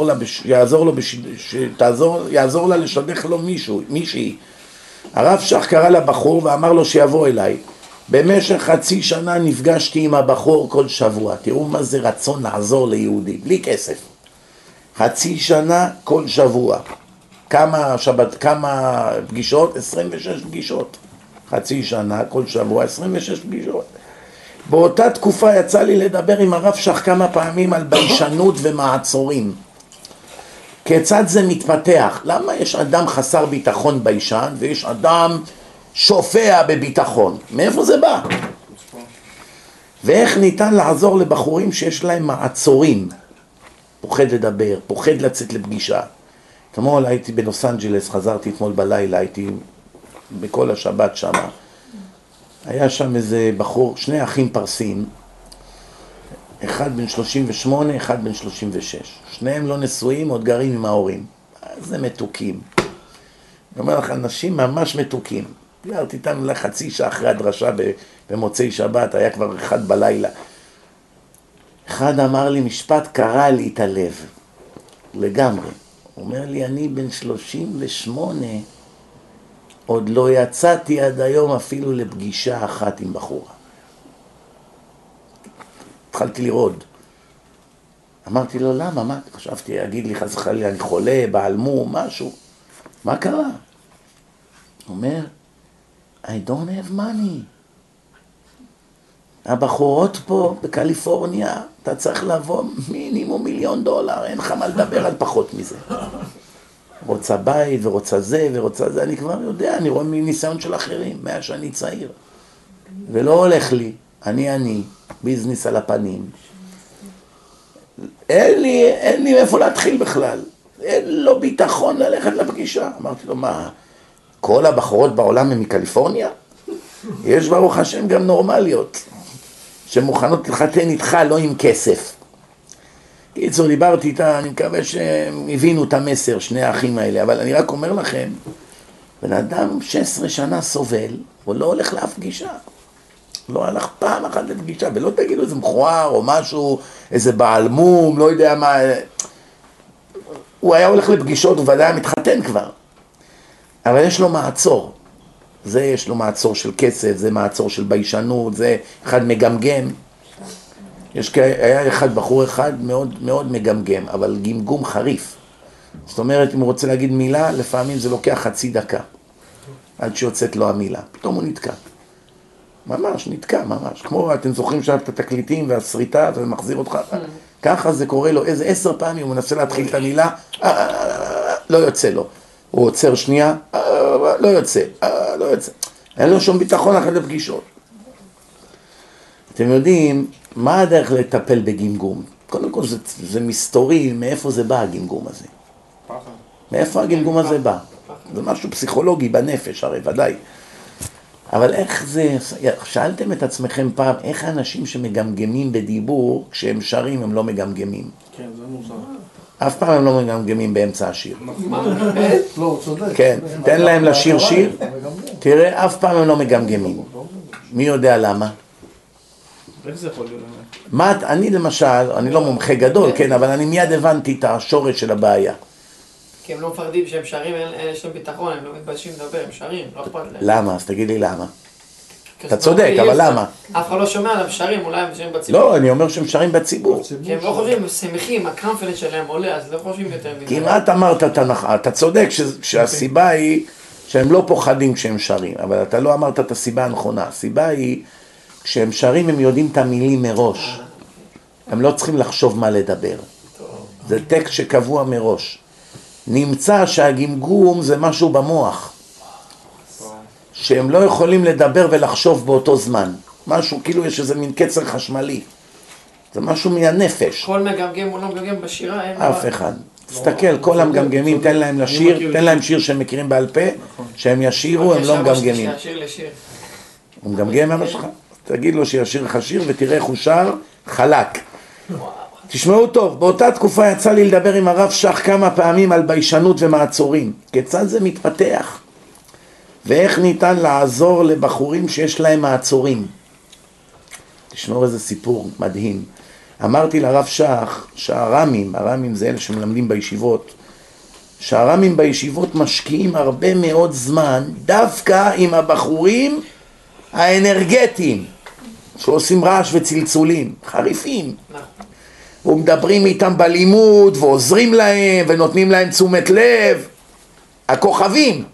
שיעזור לה לשדך לו מישהי. הרב שך קרא לבחור ואמר לו שיבוא אליי. במשך חצי שנה נפגשתי עם הבחור כל שבוע. תראו מה זה רצון לעזור ליהודי, בלי כסף. חצי שנה כל שבוע. כמה פגישות? 26 פגישות. חצי שנה כל שבוע, 26 פגישות. באותה תקופה יצא לי לדבר עם הרב שך כמה פעמים על ביישנות ומעצורים. כיצד זה מתפתח? למה יש אדם חסר ביטחון ביישן ויש אדם שופע בביטחון? מאיפה זה בא? ואיך ניתן לעזור לבחורים שיש להם מעצורים? פוחד לדבר, פוחד לצאת לפגישה. אתמול הייתי בלוס אנג'לס, חזרתי אתמול בלילה, הייתי בכל השבת שם. היה שם איזה בחור, 2 אחים פרסים, אחד בן 38, אחד בן 36. שניהם לא נשואים, עוד גרים עם ההורים. זה מתוקים. אני אומר לך, אנשים ממש מתוקים. דיברתי איתם לחצי שעה אחרי הדרשה במוצאי שבת, היה כבר 1 בלילה. אחד אמר לי, משפט קרע לי את הלב, לגמרי. הוא אומר לי, אני בן 38, עוד לא יצאתי עד היום אפילו לפגישה אחת עם בחורה. התחלתי לראות. אמרתי לו, למה? מה? חשבתי, אגיד לי, חס וחלילה, אני חולה, בעלמו, משהו. מה קרה? הוא אומר, I don't have money. הבחורות פה בקליפורניה, אתה צריך לבוא מינימום $1,000,000, אין לך מה לדבר על פחות מזה. רוצה בית ורוצה זה ורוצה זה, אני כבר יודע, אני רואה מניסיון של אחרים, מאז שאני צעיר. ולא הולך לי, אני, ביזנס על הפנים. אין לי איפה להתחיל בכלל. אין לו ביטחון ללכת לפגישה. אמרתי לו, מה, כל הבחורות בעולם הם מקליפורניה? יש ברוך השם גם נורמליות, שמוכנות לחתן איתך לא עם כסף. קיצור, דיברתי איתה, אני מקווה שהם הבינו את המסר, 2 האחים האלה, אבל אני רק אומר לכם, בן אדם 16 שנה סובל, הוא לא הולך לאף פגישה. לא הלך פעם אחת לפגישה, ולא תגידו איזה מכוער או משהו, איזה בעל מום, לא יודע מה. הוא היה הולך לפגישות, הוא ודאי מתחתן כבר. אבל יש לו מעצור. זה יש לו מעצור של כסף, זה מעצור של ביישנות, זה אחד מגמגם. היה בחור אחד מאוד מאוד מגמגם, אבל גמגום חריף. זאת אומרת, אם הוא רוצה להגיד מילה, לפעמים זה לוקח חצי דקה, עד שיוצאת לו המילה. פתאום הוא נתקע. ממש, נתקע, ממש. כמו, אתם זוכרים שם את התקליטים והסריטה, זה מחזיר אותך. ככה זה קורה לו איזה 10 פעמים, הוא מנסה להתחיל את המילה, לא יוצא לו. הוא עוצר שנייה, לא יוצא. אין לו שום ביטחון אחת לפגישות. אתם יודעים, מה הדרך לטפל בגמגום? קודם כל זה מסתורי, מאיפה זה בא הגמגום הזה? מאיפה הגמגום הזה בא? זה משהו פסיכולוגי בנפש, הרי ודאי. אבל איך זה, שאלתם את עצמכם פעם, איך האנשים שמגמגמים בדיבור, כשהם שרים הם לא מגמגמים? כן, זה מוזר. אף פעם הם לא מגמגמים באמצע השיר. לא, צודק. כן, תן להם לשיר שיר, תראה, אף פעם הם לא מגמגמים. מי יודע למה? איך זה יכול להיות? אני למשל, אני לא מומחה גדול, כן, אבל אני מיד הבנתי את השורש של הבעיה. כי הם לא מפחדים שהם שרים, יש להם ביטחון, הם לא מתביישים לדבר, הם שרים, לא אכפת להם. למה? אז תגיד לי למה. אתה צודק, אבל למה? אף אחד לא שומע על המשרים, אולי הם משרים בציבור. לא, אני אומר שהם שרים בציבור. כי הם לא חושבים, הם שמחים, הקרמפלט שלהם עולה, אז לא חושבים יותר מזה. כמעט אמרת אתה צודק שהסיבה היא שהם לא פוחדים כשהם שרים, אבל אתה לא אמרת את הסיבה הנכונה. הסיבה היא, כשהם שרים הם יודעים את המילים מראש. הם לא צריכים לחשוב מה לדבר. זה טקסט שקבוע מראש. נמצא שהגמגום זה משהו במוח. שהם לא יכולים לדבר ולחשוב באותו זמן. משהו, כאילו יש איזה מין קצר חשמלי. זה משהו מהנפש. כל מגמגם או לא מגמגם בשירה, אין... אף אחד. תסתכל, כל המגמגמים, תן להם לשיר, תן להם שיר שהם מכירים בעל פה, שהם ישירו, הם לא מגמגמים. שיר לשיר. הוא מגמגם אבא שלך? תגיד לו שישיר לך שיר ותראה איך הוא שר חלק. תשמעו טוב, באותה תקופה יצא לי לדבר עם הרב שך כמה פעמים על ביישנות ומעצורים. כיצד זה מתפתח? ואיך ניתן לעזור לבחורים שיש להם מעצורים? תשמעו איזה סיפור מדהים. אמרתי לרב שך הרמים זה אלה שמלמדים בישיבות, שהרמים בישיבות משקיעים הרבה מאוד זמן דווקא עם הבחורים האנרגטיים שעושים רעש וצלצולים, חריפים. ומדברים איתם בלימוד ועוזרים להם ונותנים להם תשומת לב, הכוכבים.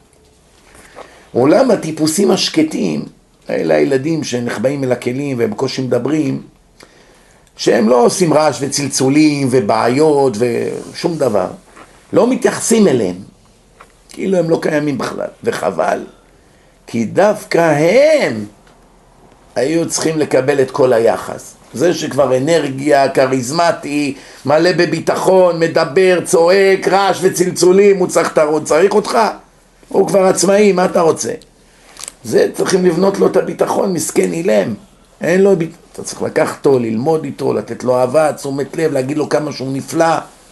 עולם הטיפוסים השקטים, אלה הילדים שנחבאים אל הכלים והם בקושי מדברים, שהם לא עושים רעש וצלצולים ובעיות ושום דבר, לא מתייחסים אליהם, כאילו הם לא קיימים בכלל, וחבל, כי דווקא הם היו צריכים לקבל את כל היחס. זה שכבר אנרגיה, קריזמטי, מלא בביטחון, מדבר, צועק, רעש וצלצולים, הוא צריך אותך, הוא כבר עצמאי, מה אתה רוצה? זה צריכים לבנות לו את הביטחון, מסכן אילם, אין לו ביטחון. אתה צריך לקחת אותו, ללמוד איתו, לתת לו אהבה, תשומת לב, להגיד לו כמה שהוא נפלא.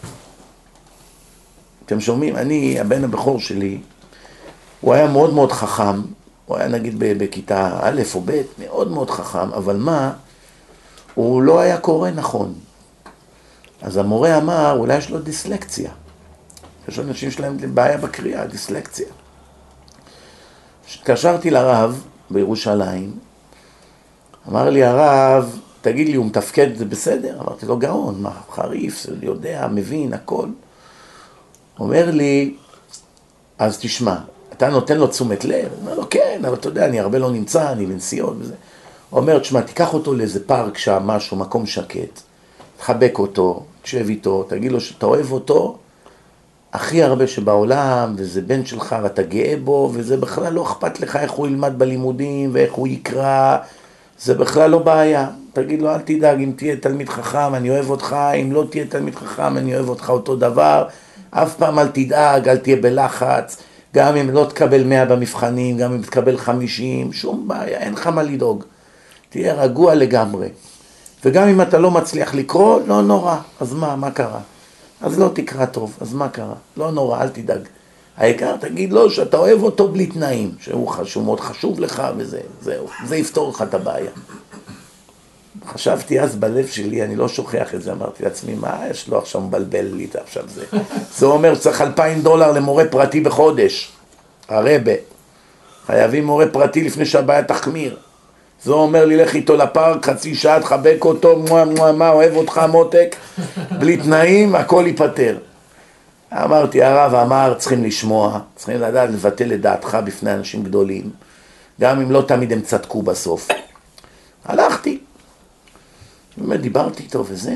אתם שומעים? הבן הבכור שלי, הוא היה מאוד מאוד חכם, הוא היה נגיד בכיתה א' או ב', מאוד מאוד חכם, אבל מה? הוא לא היה קורא נכון. אז המורה אמר, אולי יש לו דיסלקציה. יש אנשים שלהם בעיה בקריאה, דיסלקציה. כשהתקשרתי לרב בירושלים, אמר לי הרב, תגיד לי, הוא מתפקד, זה בסדר? אמרתי לו, גאון, מה, חריף, יודע, מבין, הכל. אומר לי, אז תשמע, אתה נותן לו תשומת לב? אומר לו, כן, אבל אתה יודע, אני הרבה לא נמצא, אני בנסיעות וזה. הוא אומר, תשמע, תיקח אותו לאיזה פארק שם, משהו, מקום שקט, תחבק אותו, תשב איתו, תגיד לו שאתה אוהב אותו, הכי הרבה שבעולם, וזה בן שלך, ואתה גאה בו, וזה בכלל לא אכפת לך איך הוא ילמד בלימודים, ואיך הוא יקרא, זה בכלל לא בעיה. תגיד לו, אל תדאג, אם תהיה תלמיד חכם, אני אוהב אותך, אם לא תהיה תלמיד חכם, אני אוהב אותך אותו דבר, אף פעם אל תדאג, אל תהיה בלחץ, גם אם לא תקבל 100 במבחנים, גם אם תקבל 50, שום בעיה, אין לך מה לדאוג. תהיה רגוע לגמרי. וגם אם אתה לא מצליח לקרוא, לא נורא. אז מה קרה? אז לא תקרא טוב, אז מה קרה? לא נורא, אל תדאג. העיקר תגיד לו שאתה אוהב אותו בלי תנאים, שהוא מאוד חשוב לך וזה, זהו, זה יפתור לך את הבעיה. חשבתי אז בלב שלי, אני לא שוכח את זה, אמרתי לעצמי, מה יש לו עכשיו מבלבל לי את עכשיו זה? זה אומר שצריך $2,000 למורה פרטי בחודש. הרבה. חייבים מורה פרטי לפני שהבעיה תחמיר. זה אומר לי, לך איתו לפארק, חצי שעה, תחבק אותו, מה, אוהב אותך מותק, בלי תנאים, הכל ייפטר. אמרתי, הרב אמר, צריכים לשמוע, צריכים לדעת לבטל את דעתך בפני אנשים גדולים, גם אם לא תמיד הם צדקו בסוף. הלכתי, באמת דיברתי איתו וזה,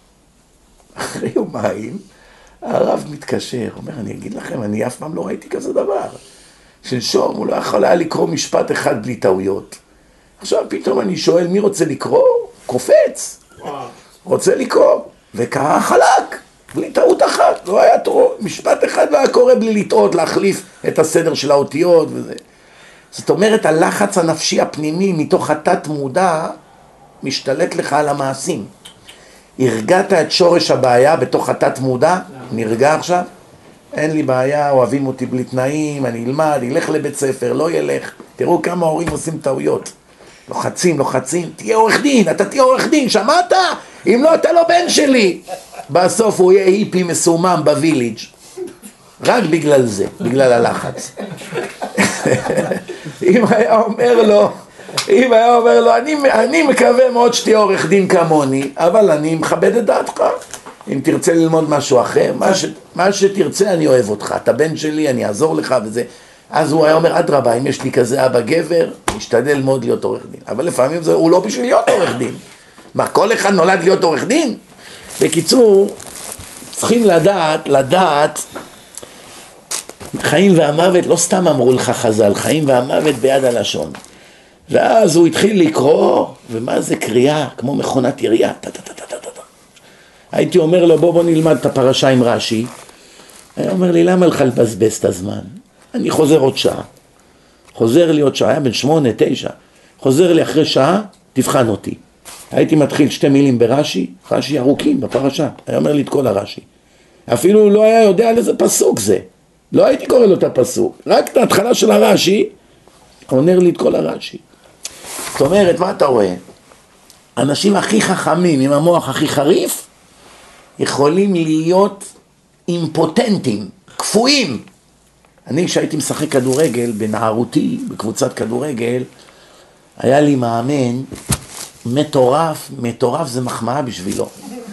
אחרי יומיים, הרב מתקשר, אומר, אני אגיד לכם, אני אף פעם לא ראיתי כזה דבר. שלשום הוא לא יכול היה לקרוא משפט אחד בלי טעויות. עכשיו פתאום אני שואל, מי רוצה לקרוא? קופץ. רוצה לקרוא. וקרא חלק, בלי טעות אחת. לא היה משפט אחד לא היה קורא בלי לטעות, להחליף את הסדר של האותיות וזה. זאת אומרת, הלחץ הנפשי הפנימי מתוך התת מודע משתלט לך על המעשים. הרגעת את שורש הבעיה בתוך התת מודע, נרגע עכשיו? אין לי בעיה, אוהבים אותי בלי תנאים, אני אלמד, ילך לבית ספר, לא ילך. תראו כמה הורים עושים טעויות. לוחצים, תהיה עורך דין, אתה תהיה עורך דין, שמעת? אם לא, אתה לא בן שלי. בסוף הוא יהיה היפי מסומם בוויליג'. רק בגלל זה, בגלל הלחץ. אם היה אומר לו, אם היה אומר לו, אני מקווה מאוד שתהיה עורך דין כמוני, אבל אני מכבד את דעתך. אם תרצה ללמוד משהו אחר, מה שתרצה אני אוהב אותך, אתה בן שלי, אני אעזור לך וזה. אז הוא היה אומר, אדרבה, אם יש לי כזה אבא גבר, משתדל מאוד להיות עורך דין. אבל לפעמים הוא לא בשביל להיות עורך דין. מה, כל אחד נולד להיות עורך דין? בקיצור, צריכים לדעת, חיים והמוות, לא סתם אמרו לך חז"ל, חיים והמוות ביד הלשון. ואז הוא התחיל לקרוא, ומה זה קריאה? כמו מכונת ירייה. הייתי אומר לו, בוא נלמד את הפרשה עם רש"י. היה אומר לי, למה לך לבזבז את הזמן? אני חוזר עוד שעה. חוזר לי עוד שעה, היה בין 8, 9. חוזר לי אחרי שעה, תבחן אותי. הייתי מתחיל 2 מילים ברש"י, רש"י ארוכים בפרשה. היה אומר לי את כל הרש"י. אפילו הוא לא היה יודע על איזה פסוק זה. לא הייתי קורא לו את הפסוק. רק את ההתחלה של הרש"י, עונר לי את כל הרש"י. זאת אומרת, מה אתה רואה? אנשים הכי חכמים, עם המוח הכי חריף, יכולים להיות אימפוטנטים, קפואים. אני כשהייתי משחק כדורגל בנערותי, בקבוצת כדורגל, היה לי מאמן מטורף, מטורף זה מחמאה בשבילו.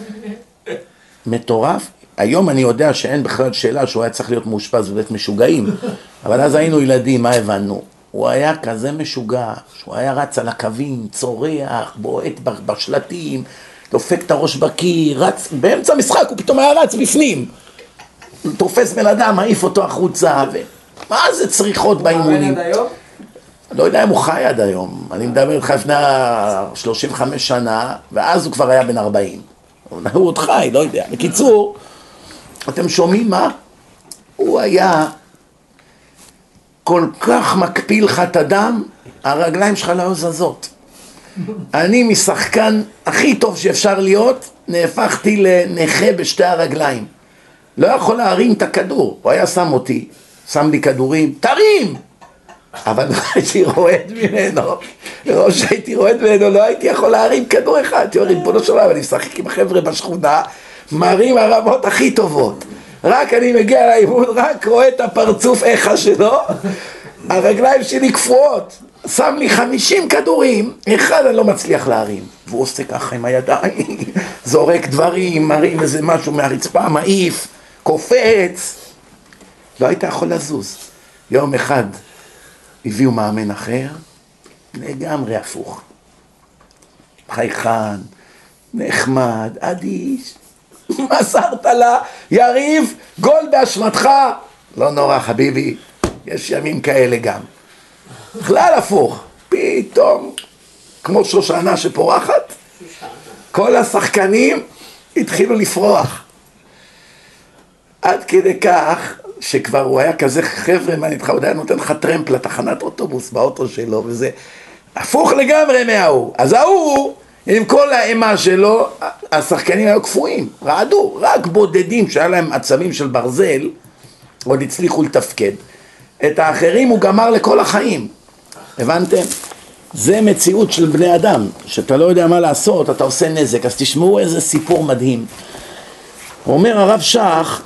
מטורף, היום אני יודע שאין בכלל שאלה שהוא היה צריך להיות מאושפז בבית משוגעים, אבל אז היינו ילדים, מה הבנו? הוא היה כזה משוגע, שהוא היה רץ על הקווים, צורח, בועט בשלטים, דופק את הראש בקיר, רץ, באמצע המשחק הוא פתאום היה רץ בפנים. תופס בן אדם, מעיף אותו החוצה, מה זה צריכות באימונים? הוא עד היום? לא יודע אם הוא חי עד היום, אני מדבר איתך לפני 35 שנה, ואז הוא כבר היה בן 40. הוא עוד חי, לא יודע. בקיצור, אתם שומעים מה? הוא היה כל כך מקפיל לך את הדם, הרגליים שלך לא זזות. אני משחקן הכי טוב שאפשר להיות, נהפכתי לנכה בשתי הרגליים. לא יכול להרים את הכדור. הוא היה שם אותי, שם לי כדורים, תרים! אבל הייתי רועד ממנו, שהייתי רועד ממנו, לא הייתי יכול להרים כדור אחד. הייתי אומר, ריבונו של עולם, אני משחק עם החבר'ה בשכונה, מרים הרמות הכי טובות. רק אני מגיע לאימון, רק רואה את הפרצוף איכה שלו, הרגליים שלי קפואות. שם לי 50 כדורים, אחד אני לא מצליח להרים. והוא עושה ככה עם הידיים, זורק דברים, מרים איזה משהו מהרצפה, מעיף, קופץ. לא היית יכול לזוז. יום אחד הביאו מאמן אחר, לגמרי הפוך. חייכן, נחמד, אדיש. מסרת לה, יריב, גול באשמתך. לא נורא חביבי, יש ימים כאלה גם. בכלל הפוך, פתאום, כמו שושנה שפורחת, כל השחקנים התחילו לפרוח. עד כדי כך שכבר הוא היה כזה חבר'ה, מה נתך, הוא היה נותן לך טרמפ לתחנת אוטובוס באוטו שלו, וזה הפוך לגמרי מההוא. אז ההוא, עם כל האימה שלו, השחקנים היו קפואים, רעדו, רק בודדים שהיה להם עצמים של ברזל, עוד הצליחו לתפקד. את האחרים הוא גמר לכל החיים. הבנתם? זה מציאות של בני אדם, שאתה לא יודע מה לעשות, אתה עושה נזק. אז תשמעו איזה סיפור מדהים. הוא אומר הרב שך,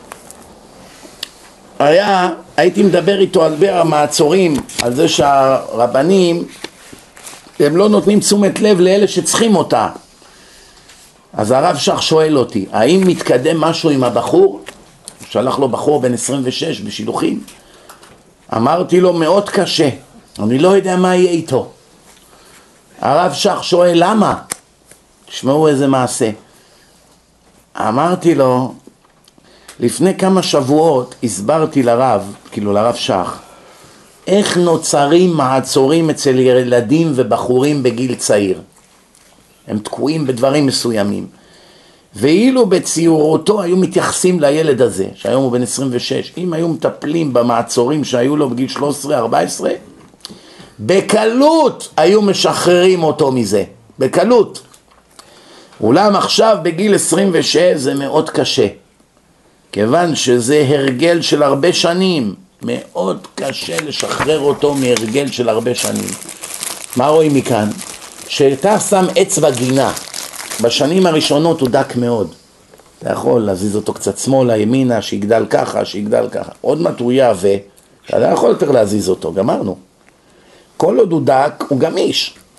הייתי מדבר איתו על המעצורים, על זה שהרבנים, הם לא נותנים תשומת לב לאלה שצריכים אותה. אז הרב שך שואל אותי, האם מתקדם משהו עם הבחור? הוא שלח לו בחור בן 26 בשילוחים. אמרתי לו, מאוד קשה, אני לא יודע מה יהיה איתו. הרב שך שואל, למה? תשמעו איזה מעשה. אמרתי לו, לפני כמה שבועות הסברתי לרב, כאילו לרב שך, איך נוצרים מעצורים אצל ילדים ובחורים בגיל צעיר. הם תקועים בדברים מסוימים. ואילו בציורותו היו מתייחסים לילד הזה, שהיום הוא בן 26, אם היו מטפלים במעצורים שהיו לו בגיל 13-14, בקלות היו משחררים אותו מזה, בקלות. אולם עכשיו בגיל 26 זה מאוד קשה, כיוון שזה הרגל של הרבה שנים, מאוד קשה לשחרר אותו מהרגל של הרבה שנים. מה רואים מכאן? שאתה שם אצבע גינה, בשנים הראשונות הוא דק מאוד. אתה יכול להזיז אותו קצת שמאלה, ימינה, שיגדל ככה, שיגדל ככה. עוד מעט הוא יעווה, אתה לא יכול יותר להזיז אותו, גמרנו. כל עוד הוא דק, הוא גמיש.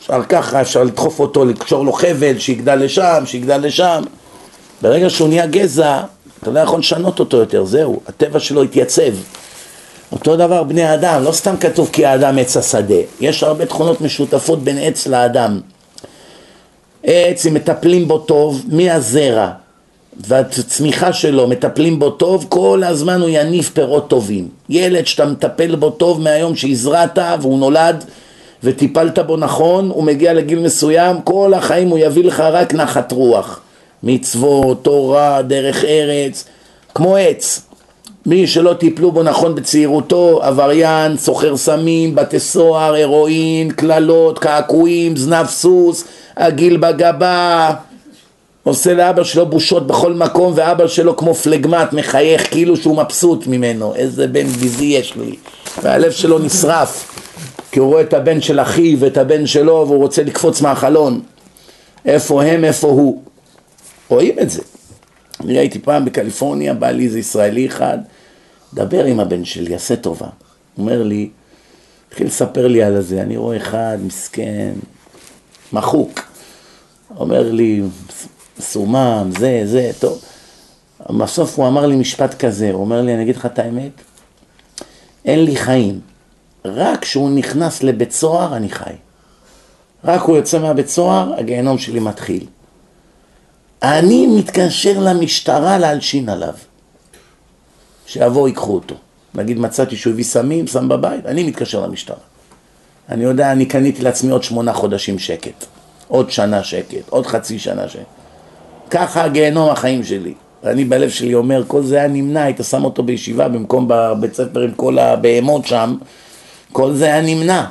אפשר ככה, אפשר לדחוף אותו, לקשור לו חבל, שיגדל לשם, שיגדל לשם. ברגע שהוא נהיה גזע, אתה לא יכול לשנות אותו יותר, זהו, הטבע שלו התייצב. אותו דבר בני האדם, לא סתם כתוב כי האדם עץ השדה, יש הרבה תכונות משותפות בין עץ לאדם. עץ, אם מטפלים בו טוב, מהזרע והצמיחה שלו, מטפלים בו טוב, כל הזמן הוא יניף פירות טובים. ילד שאתה מטפל בו טוב מהיום שהזרעת והוא נולד וטיפלת בו נכון, הוא מגיע לגיל מסוים, כל החיים הוא יביא לך רק נחת רוח, מצוות, תורה, דרך ארץ, כמו עץ. מי שלא טיפלו בו נכון בצעירותו, עבריין, סוחר סמים, בתי סוהר, הרואין, כללות, קעקועים, זנב סוס, עגיל בגבה, עושה לאבא שלו בושות בכל מקום, ואבא שלו כמו פלגמט מחייך כאילו שהוא מבסוט ממנו. איזה בן ביזי יש לי, והלב שלו נשרף כי הוא רואה את הבן של אחיו ואת הבן שלו והוא רוצה לקפוץ מהחלון. איפה הם, איפה הוא? רואים את זה. אני ראיתי פעם בקליפורניה, בא לי איזה ישראלי אחד, דבר עם הבן שלי, עשה טובה. הוא אומר לי, התחיל לספר לי על זה, אני רואה אחד מסכן, מחוק. אומר לי, סומם, זה, טוב. בסוף הוא אמר לי משפט כזה, הוא אומר לי, אני אגיד לך את האמת, אין לי חיים. רק כשהוא נכנס לבית סוהר, אני חי. רק הוא יוצא מהבית סוהר, הגיהנום שלי מתחיל. אני מתקשר למשטרה להלשין עליו. שיבואו ייקחו אותו. נגיד מצאתי שהוא הביא סמים, שם בבית, אני מתקשר למשטרה. אני יודע, אני קניתי לעצמי עוד 8 חודשים שקט. עוד שנה שקט, עוד חצי שנה שקט. ככה הגיהנום החיים שלי. ואני בלב שלי אומר, כל זה היה נמנע, היית שם אותו בישיבה במקום בבית ספר עם כל הבהמות שם, כל זה היה נמנע.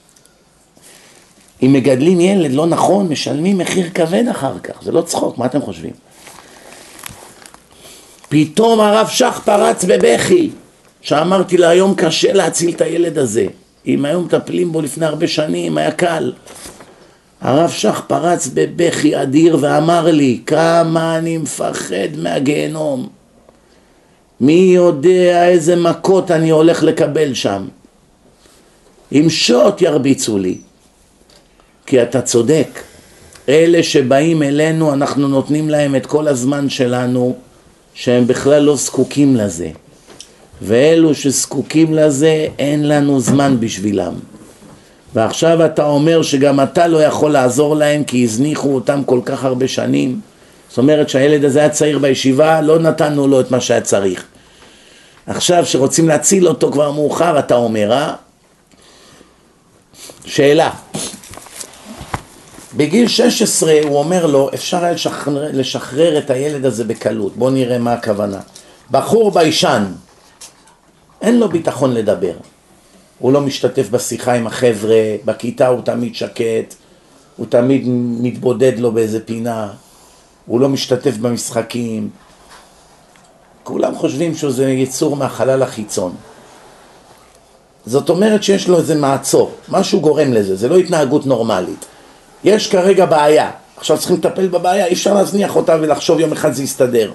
אם מגדלים ילד לא נכון, משלמים מחיר כבד אחר כך, זה לא צחוק, מה אתם חושבים? פתאום הרב שך פרץ בבכי, שאמרתי לה, היום קשה להציל את הילד הזה. אם היום מטפלים בו לפני הרבה שנים, היה קל. הרב שך פרץ בבכי אדיר ואמר לי, כמה אני מפחד מהגיהנום. מי יודע איזה מכות אני הולך לקבל שם. עם שוט ירביצו לי. כי אתה צודק. אלה שבאים אלינו, אנחנו נותנים להם את כל הזמן שלנו, שהם בכלל לא זקוקים לזה. ואלו שזקוקים לזה, אין לנו זמן בשבילם. ועכשיו אתה אומר שגם אתה לא יכול לעזור להם כי הזניחו אותם כל כך הרבה שנים. זאת אומרת שהילד הזה היה צעיר בישיבה, לא נתנו לו את מה שהיה צריך. עכשיו שרוצים להציל אותו כבר מאוחר, אתה אומר, שאלה. בגיל 16 הוא אומר לו, אפשר היה לשחרר את הילד הזה בקלות. בוא נראה מה הכוונה. בחור ביישן, אין לו ביטחון לדבר. הוא לא משתתף בשיחה עם החבר'ה, בכיתה הוא תמיד שקט, הוא תמיד מתבודד לו באיזה פינה, הוא לא משתתף במשחקים. כולם חושבים שזה יצור מהחלל החיצון. זאת אומרת שיש לו איזה מעצור, משהו גורם לזה, זה לא התנהגות נורמלית. יש כרגע בעיה, עכשיו צריכים לטפל בבעיה, אי אפשר להזניח אותה ולחשוב יום אחד זה יסתדר.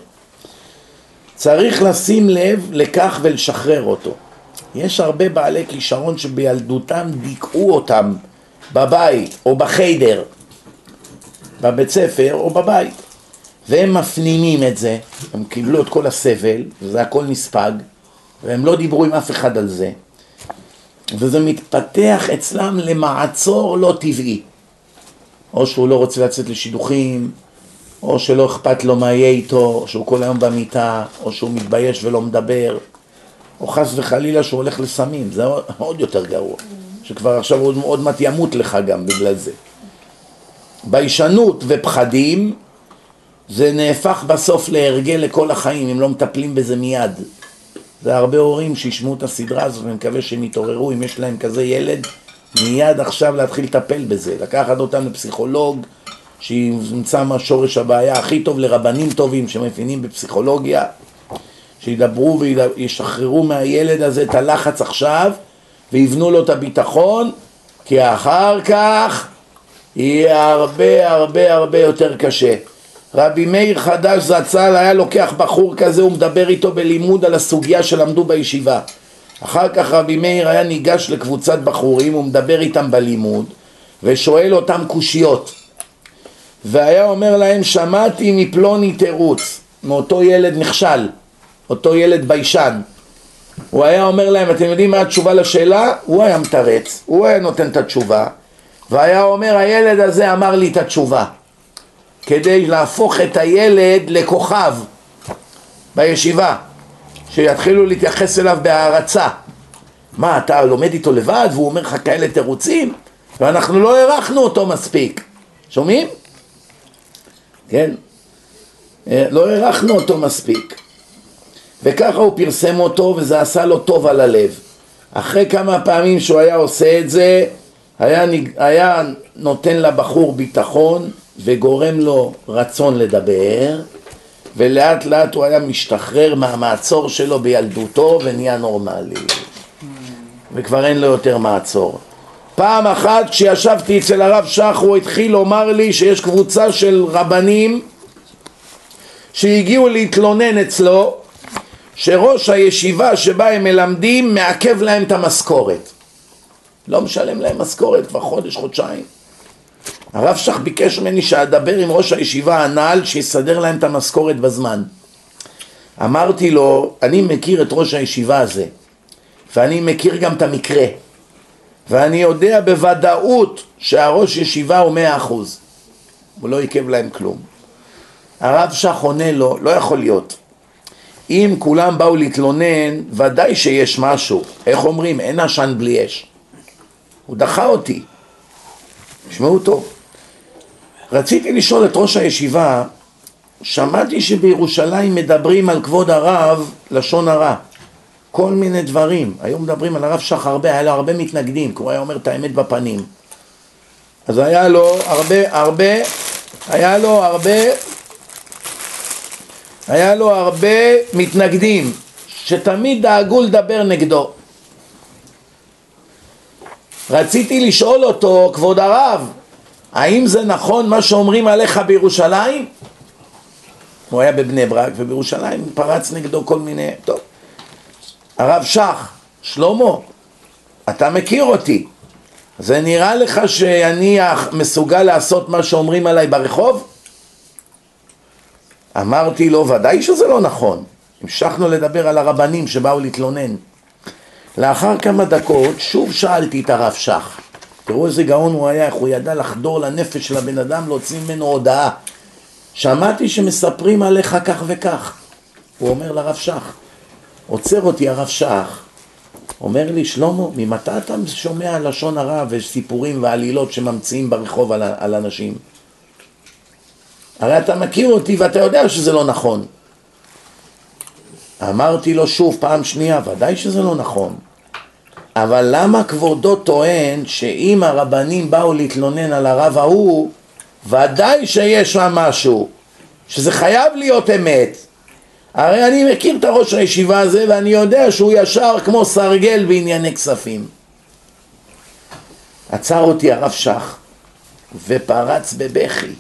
צריך לשים לב לכך ולשחרר אותו. יש הרבה בעלי כישרון שבילדותם דיכאו אותם בבית או בחדר, בבית ספר או בבית. והם מפנימים את זה, הם קיבלו את כל הסבל, וזה הכל נספג, והם לא דיברו עם אף אחד על זה. וזה מתפתח אצלם למעצור לא טבעי. או שהוא לא רוצה לצאת לשידוכים, או שלא אכפת לו מה יהיה איתו, או שהוא כל היום במיטה, או שהוא מתבייש ולא מדבר, או חס וחלילה שהוא הולך לסמים, זה עוד יותר גרוע, שכבר עכשיו עוד מעט ימות לך גם בגלל זה. ביישנות ופחדים, זה נהפך בסוף להרגל לכל החיים, אם לא מטפלים בזה מיד. זה הרבה הורים שישמעו את הסדרה הזאת, ואני מקווה שהם יתעוררו, אם יש להם כזה ילד, מיד עכשיו להתחיל לטפל בזה, לקחת אותם לפסיכולוג, שימצא מה שורש הבעיה, הכי טוב לרבנים טובים שמבינים בפסיכולוגיה, שידברו וישחררו מהילד הזה את הלחץ עכשיו, ויבנו לו את הביטחון, כי אחר כך יהיה הרבה הרבה הרבה יותר קשה. רבי מאיר חדש זצ"ל היה לוקח בחור כזה ומדבר איתו בלימוד על הסוגיה שלמדו בישיבה. אחר כך רבי מאיר היה ניגש לקבוצת בחורים ומדבר איתם בלימוד, ושואל אותם קושיות, והיה אומר להם, שמעתי מפלוני תירוץ, מאותו ילד נכשל, אותו ילד ביישן. הוא היה אומר להם, אתם יודעים מה התשובה לשאלה? הוא היה מתרץ, הוא היה נותן את התשובה, והיה אומר, הילד הזה אמר לי את התשובה, כדי להפוך את הילד לכוכב בישיבה, שיתחילו להתייחס אליו בהערצה. מה, אתה לומד איתו לבד והוא אומר לך כאלה תירוצים? ואנחנו לא הערכנו אותו מספיק. שומעים? כן? לא הערכנו אותו מספיק. וככה הוא פרסם אותו, וזה עשה לו טוב על הלב. אחרי כמה פעמים שהוא היה עושה את זה, היה נותן לבחור ביטחון וגורם לו רצון לדבר, ולאט לאט הוא היה משתחרר מהמעצור שלו בילדותו ונהיה נורמלי, וכבר אין לו יותר מעצור. פעם אחת כשישבתי אצל הרב שח, הוא התחיל לומר לי שיש קבוצה של רבנים שהגיעו להתלונן אצלו, שראש הישיבה שבה הם מלמדים מעכב להם את המשכורת, לא משלם להם משכורת כבר חודש, חודשיים. הרב שח ביקש ממני שאדבר עם ראש הישיבה הנ"ל שיסדר להם את המשכורת בזמן. אמרתי לו, אני מכיר את ראש הישיבה הזה, ואני מכיר גם את המקרה, ואני יודע בוודאות שהראש ישיבה הוא 100%, הוא לא עיכב להם כלום. הרב שח עונה לו, לא יכול להיות, אם כולם באו להתלונן ודאי שיש משהו, איך אומרים, אין עשן בלי אש. הוא דחה אותי. שמעו טוב, רציתי לשאול את ראש הישיבה, שמעתי שבירושלים מדברים על כבוד הרב לשון הרע, כל מיני דברים. היום מדברים על הרב שח הרבה, היה לו הרבה מתנגדים, כי הוא היה אומר את האמת בפנים. אז היה לו הרבה מתנגדים שתמיד דאגו לדבר נגדו. רציתי לשאול אותו, כבוד הרב, האם זה נכון מה שאומרים עליך בירושלים? הוא היה בבני ברק, ובירושלים פרץ נגדו כל מיני... טוב, הרב שח, שלמה, אתה מכיר אותי, זה נראה לך שאני מסוגל לעשות מה שאומרים עליי ברחוב? אמרתי לו, ודאי שזה לא נכון. המשכנו לדבר על הרבנים שבאו להתלונן. לאחר כמה דקות שוב שאלתי את הרב שח, תראו איזה גאון הוא היה, איך הוא ידע לחדור לנפש של הבן אדם, להוציא ממנו הודעה. שמעתי שמספרים עליך כך וכך. הוא אומר לרב שח, עוצר אותי הרב שח, אומר לי, שלמה, ממתי אתה שומע לשון הרע וסיפורים ועלילות שממציאים ברחוב על אנשים? הרי אתה מכיר אותי ואתה יודע שזה לא נכון. אמרתי לו שוב פעם שנייה, ודאי שזה לא נכון, אבל למה כבודו טוען שאם הרבנים באו להתלונן על הרב ההוא, ודאי שיש שם משהו, שזה חייב להיות אמת? הרי אני מכיר את הראש הישיבה הזה ואני יודע שהוא ישר כמו סרגל בענייני כספים. עצר אותי הרב שח ופרץ בבכי,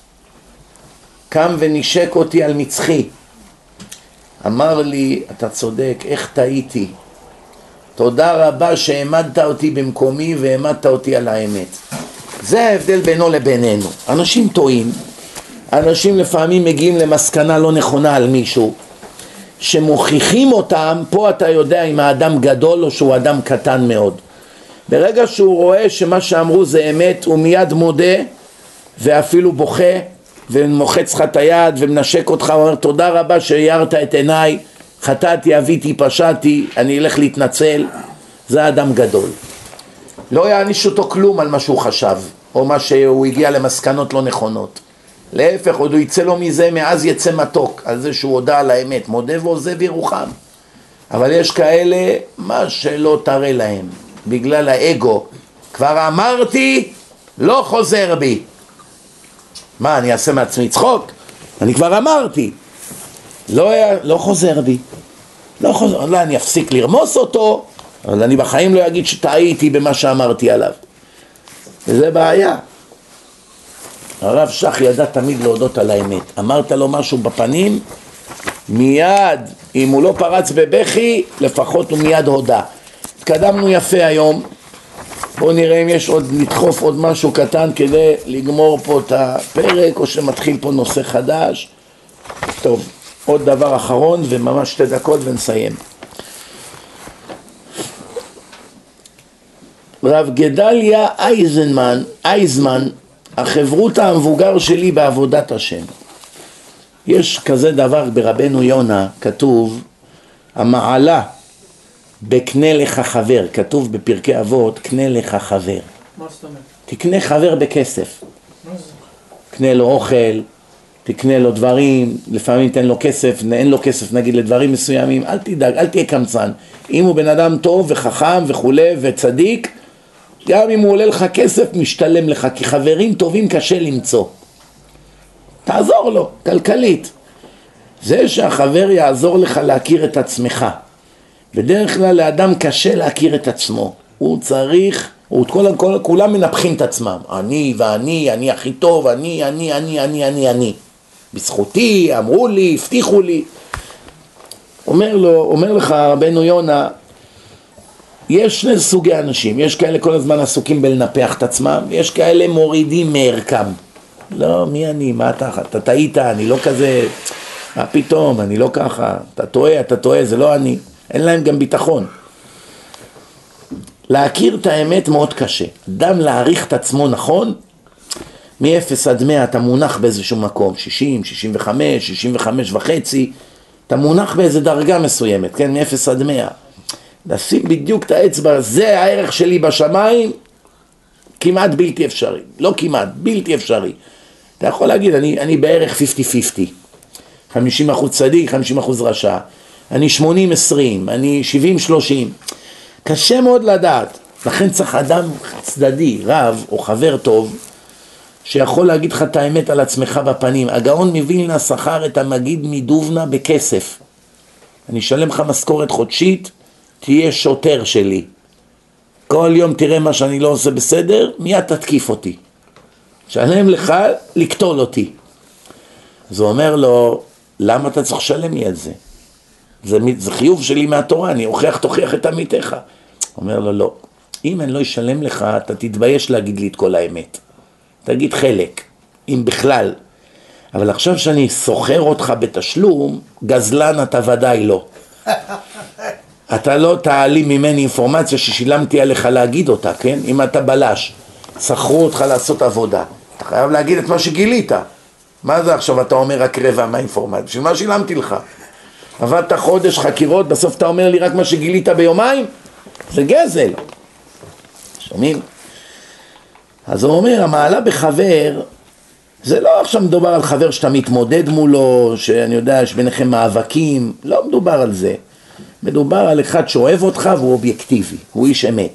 קם ונשק אותי על מצחי, אמר לי, אתה צודק, איך טעיתי, תודה רבה שהעמדת אותי במקומי והעמדת אותי על האמת. זה ההבדל בינו לבינינו. אנשים טועים, אנשים לפעמים מגיעים למסקנה לא נכונה על מישהו, שמוכיחים אותם, פה אתה יודע אם האדם גדול או שהוא אדם קטן מאוד. ברגע שהוא רואה שמה שאמרו זה אמת, הוא מיד מודה ואפילו בוכה ומוחץ לך את היד ומנשק אותך, הוא אומר תודה רבה שהארת את עיניי, חטאתי, אביתי, פשעתי, אני אלך להתנצל. זה אדם גדול. לא יעניש אותו כלום על מה שהוא חשב או מה שהוא הגיע למסקנות לא נכונות, להפך, עוד הוא יצא לו מזה, מאז יצא מתוק על זה שהוא הודע על האמת, מודה ועוזב ירוחם. אבל יש כאלה, מה שלא תראה להם, בגלל האגו, כבר אמרתי, לא חוזר בי. מה, אני אעשה מעצמי צחוק? אני כבר אמרתי, לא חוזר בי, לא חוזר, לא, אני אפסיק לרמוס אותו, אבל אני בחיים לא אגיד שטעיתי במה שאמרתי עליו. וזה בעיה. הרב שח ידע תמיד להודות על האמת. אמרת לו משהו בפנים, מיד, אם הוא לא פרץ בבכי, לפחות הוא מיד הודע. התקדמנו יפה היום בואו נראה אם יש עוד, לדחוף עוד משהו קטן כדי לגמור פה את הפרק, או שמתחיל פה נושא חדש. טוב, עוד דבר אחרון וממש 2 דקות ונסיים. רב גדליה אייזמן, החברות המבוגר שלי בעבודת השם. יש כזה דבר ברבנו יונה, כתוב, המעלה בקנה לך חבר, כתוב בפרקי אבות, קנה לך חבר. מה זאת אומרת? תקנה חבר בכסף. מה זה? קנה לו אוכל, תקנה לו דברים, לפעמים תן לו כסף, אין לו כסף נגיד לדברים מסוימים, אל תדאג, אל תהיה קמצן. אם הוא בן אדם טוב וחכם וכולי וצדיק, גם אם הוא עולה לך כסף משתלם לך, כי חברים טובים קשה למצוא. תעזור לו, כלכלית. זה שהחבר יעזור לך להכיר את עצמך. בדרך כלל לאדם קשה להכיר את עצמו. הוא צריך, כולם מנפחים את עצמם. אני הכי טוב, אני. בזכותי, אמרו לי, הבטיחו לי. אומר לך רבנו יונה, יש 2 סוגי אנשים, יש כאלה כל הזמן עסוקים בלנפח את עצמם, יש כאלה מורידים מערכם. לא, מי אני, מה אתה טעית, אני לא כזה, מה פתאום, אני לא ככה, אתה טועה, זה לא אני, אין להם גם ביטחון. להכיר את האמת מאוד קשה, אדם להעריך את עצמו נכון, מ-0 עד 100 אתה מונח באיזשהו מקום, 60, 65, 65 וחצי, אתה מונח באיזו דרגה מסוימת, כן, מ-0 עד 100. לשים בדיוק את האצבע, זה הערך שלי בשמיים, כמעט בלתי אפשרי, לא כמעט, בלתי אפשרי. אתה יכול להגיד, אני בערך 50-50, 50% צדיק, 50% רשע, אני 80-20, אני 70-30, קשה מאוד לדעת, לכן צריך אדם צדדי, רב או חבר טוב, שיכול להגיד לך את האמת על עצמך בפנים. הגאון מווילנה שכר את המגיד מדובנה בכסף, אני אשלם לך משכורת חודשית, תהיה שוטר שלי, כל יום תראה מה שאני לא עושה בסדר, מיד תתקיף אותי, שלם לך לקטול אותי. אז הוא אומר לו, למה אתה צריך לשלם לי את זה? זה חיוב שלי מהתורה, אני תוכיח את עמיתך. אומר לו, לא, אם אני לא אשלם לך, אתה תתבייש להגיד לי את כל האמת, תגיד חלק, אם בכלל, אבל עכשיו שאני סוחר אותך בתשלום, גזלן אתה ודאי לא. אתה לא תעלים ממני אינפורמציה ששילמתי עליך להגיד אותה, כן? אם אתה בלש, שכרו אותך לעשות עבודה, אתה חייב להגיד את מה שגילית. מה זה עכשיו אתה אומר רק רבע מהאינפורמציה? בשביל מה שילמתי לך? עבדת חודש חקירות, בסוף אתה אומר לי רק מה שגילית ביומיים? זה גזל. שומעים? אז הוא אומר, המעלה בחבר, זה לא עכשיו מדובר על חבר שאתה מתמודד מולו, שאני יודע, יש ביניכם מאבקים, לא מדובר על זה. מדובר על אחד שאוהב אותך והוא אובייקטיבי, הוא איש אמת.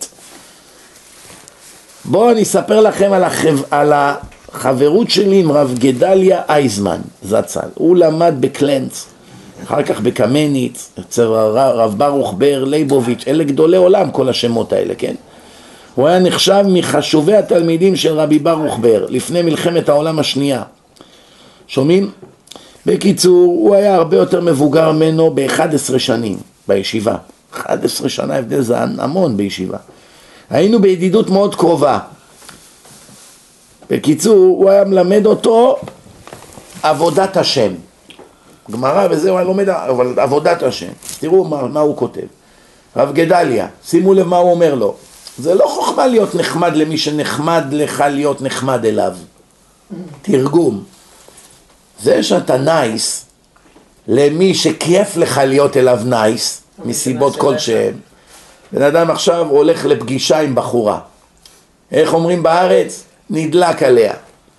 בואו אני אספר לכם על החברות שלי עם רב גדליה אייזמן, זצ"ל. הוא למד בקלנץ, אחר כך בקמניץ, אצל רב ברוך בר ליבוביץ', אלה גדולי עולם כל השמות האלה, כן? הוא היה נחשב מחשובי התלמידים של רבי ברוך בר, לפני מלחמת העולם השנייה. שומעים? בקיצור, הוא היה הרבה יותר מבוגר ממנו ב-11 שנים בישיבה. 11 שנה הבדל זה המון בישיבה. היינו בידידות מאוד קרובה. בקיצור, הוא היה מלמד אותו עבודת השם. גמרא וזה הוא היה לומד, אבל עבודת השם. תראו מה הוא כותב. רב גדליה, שימו לב מה הוא אומר לו. זה לא חוכמה להיות נחמד למי שנחמד לך להיות נחמד אליו. תרגום. זה שאתה נייס, למי שכיף לך להיות אליו נייס, מסיבות כלשהם. בן אדם עכשיו הולך לפגישה עם בחורה. איך אומרים בארץ? נדלק עליה.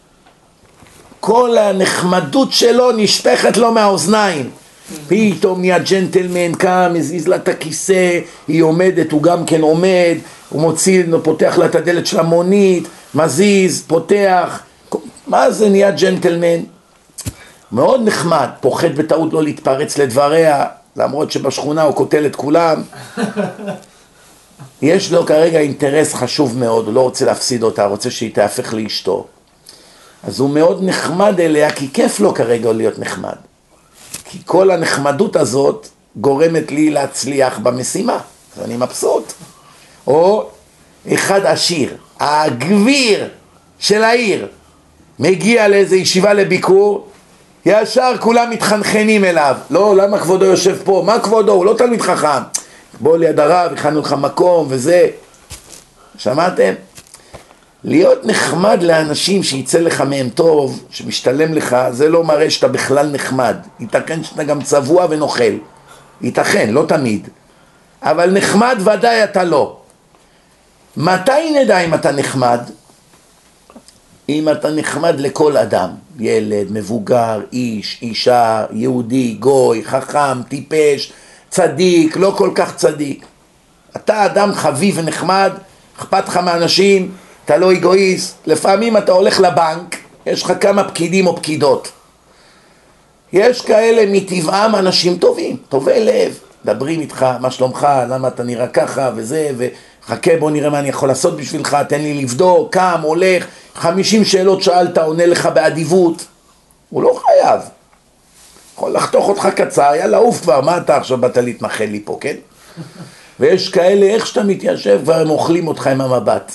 כל הנחמדות שלו נשפכת לו מהאוזניים. פתאום נהיה ג'נטלמן, קם, מזיז לה את הכיסא, היא עומדת, הוא גם כן עומד, הוא מוציא, פותח לה את הדלת של המונית, מזיז, פותח. מה זה נהיה ג'נטלמן? מאוד נחמד, פוחד בטעות לא להתפרץ לדבריה, למרות שבשכונה הוא קוטל את כולם. יש לו כרגע אינטרס חשוב מאוד, הוא לא רוצה להפסיד אותה, רוצה שהיא תהפך לאשתו. אז הוא מאוד נחמד אליה, כי כיף לו כרגע להיות נחמד. כי כל הנחמדות הזאת גורמת לי להצליח במשימה, אז אני מבסוט. או אחד עשיר, הגביר של העיר, מגיע לאיזו ישיבה לביקור, ישר כולם מתחנחנים אליו. לא, למה כבודו יושב פה? מה כבודו? הוא לא תלמיד חכם. בוא ליד הרב, הכנו לך מקום וזה. שמעתם? להיות נחמד לאנשים שיצא לך מהם טוב, שמשתלם לך, זה לא מראה שאתה בכלל נחמד. ייתכן שאתה גם צבוע ונוכל. ייתכן, לא תמיד. אבל נחמד ודאי אתה לא. מתי נדע אם אתה נחמד? אם אתה נחמד לכל אדם, ילד, מבוגר, איש, אישה, יהודי, גוי, חכם, טיפש, צדיק, לא כל כך צדיק. אתה אדם חביב ונחמד, אכפת לך מאנשים, אתה לא אגואיסט. לפעמים אתה הולך לבנק, יש לך כמה פקידים או פקידות. יש כאלה מטבעם אנשים טובים, טובי לב, דברים איתך, מה שלומך, למה אתה נראה ככה וזה, וחכה בוא נראה מה אני יכול לעשות בשבילך, תן לי לבדוק, קם, הולך, 50 שאלות שאלת, עונה לך באדיבות. הוא לא חייב, יכול לחתוך אותך קצר, יאללה עוף כבר, מה אתה עכשיו באת להתמחל לי פה, כן? ויש כאלה, איך שאתה מתיישב, כבר הם אוכלים אותך עם המבט.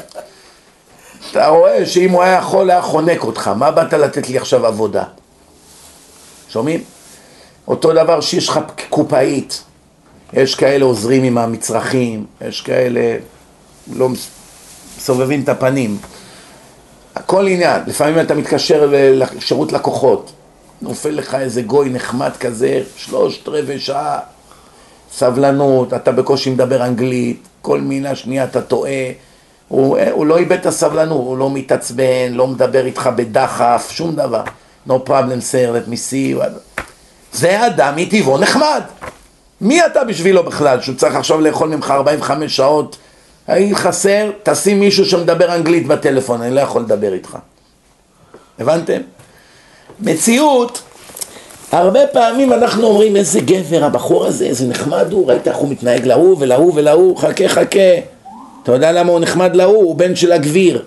אתה רואה שאם הוא היה יכול, היה חונק אותך, מה באת לתת לי עכשיו עבודה? שומעים? אותו דבר שיש לך קופאית, יש כאלה עוזרים עם המצרכים, יש כאלה לא סובבים את הפנים. הכל עניין, לפעמים אתה מתקשר לשירות לקוחות, נופל לך איזה גוי נחמד כזה, 3/4 שעה, סבלנות, אתה בקושי מדבר אנגלית, כל מילה שנייה אתה טועה, הוא לא איבד את הסבלנות, הוא לא מתעצבן, לא מדבר איתך בדחף, שום דבר. No problem sir, let me see. זה אדם מטבעו נחמד. מי אתה בשבילו בכלל, שהוא צריך עכשיו לאכול ממך 45 שעות? האם חסר? תשים מישהו שמדבר אנגלית בטלפון, אני לא יכול לדבר איתך. הבנתם? מציאות, הרבה פעמים אנחנו אומרים איזה גבר הבחור הזה, איזה נחמד הוא, ראית איך הוא מתנהג להוא ולהוא ולהוא, חכה. אתה יודע למה הוא נחמד להוא? הוא בן של הגביר.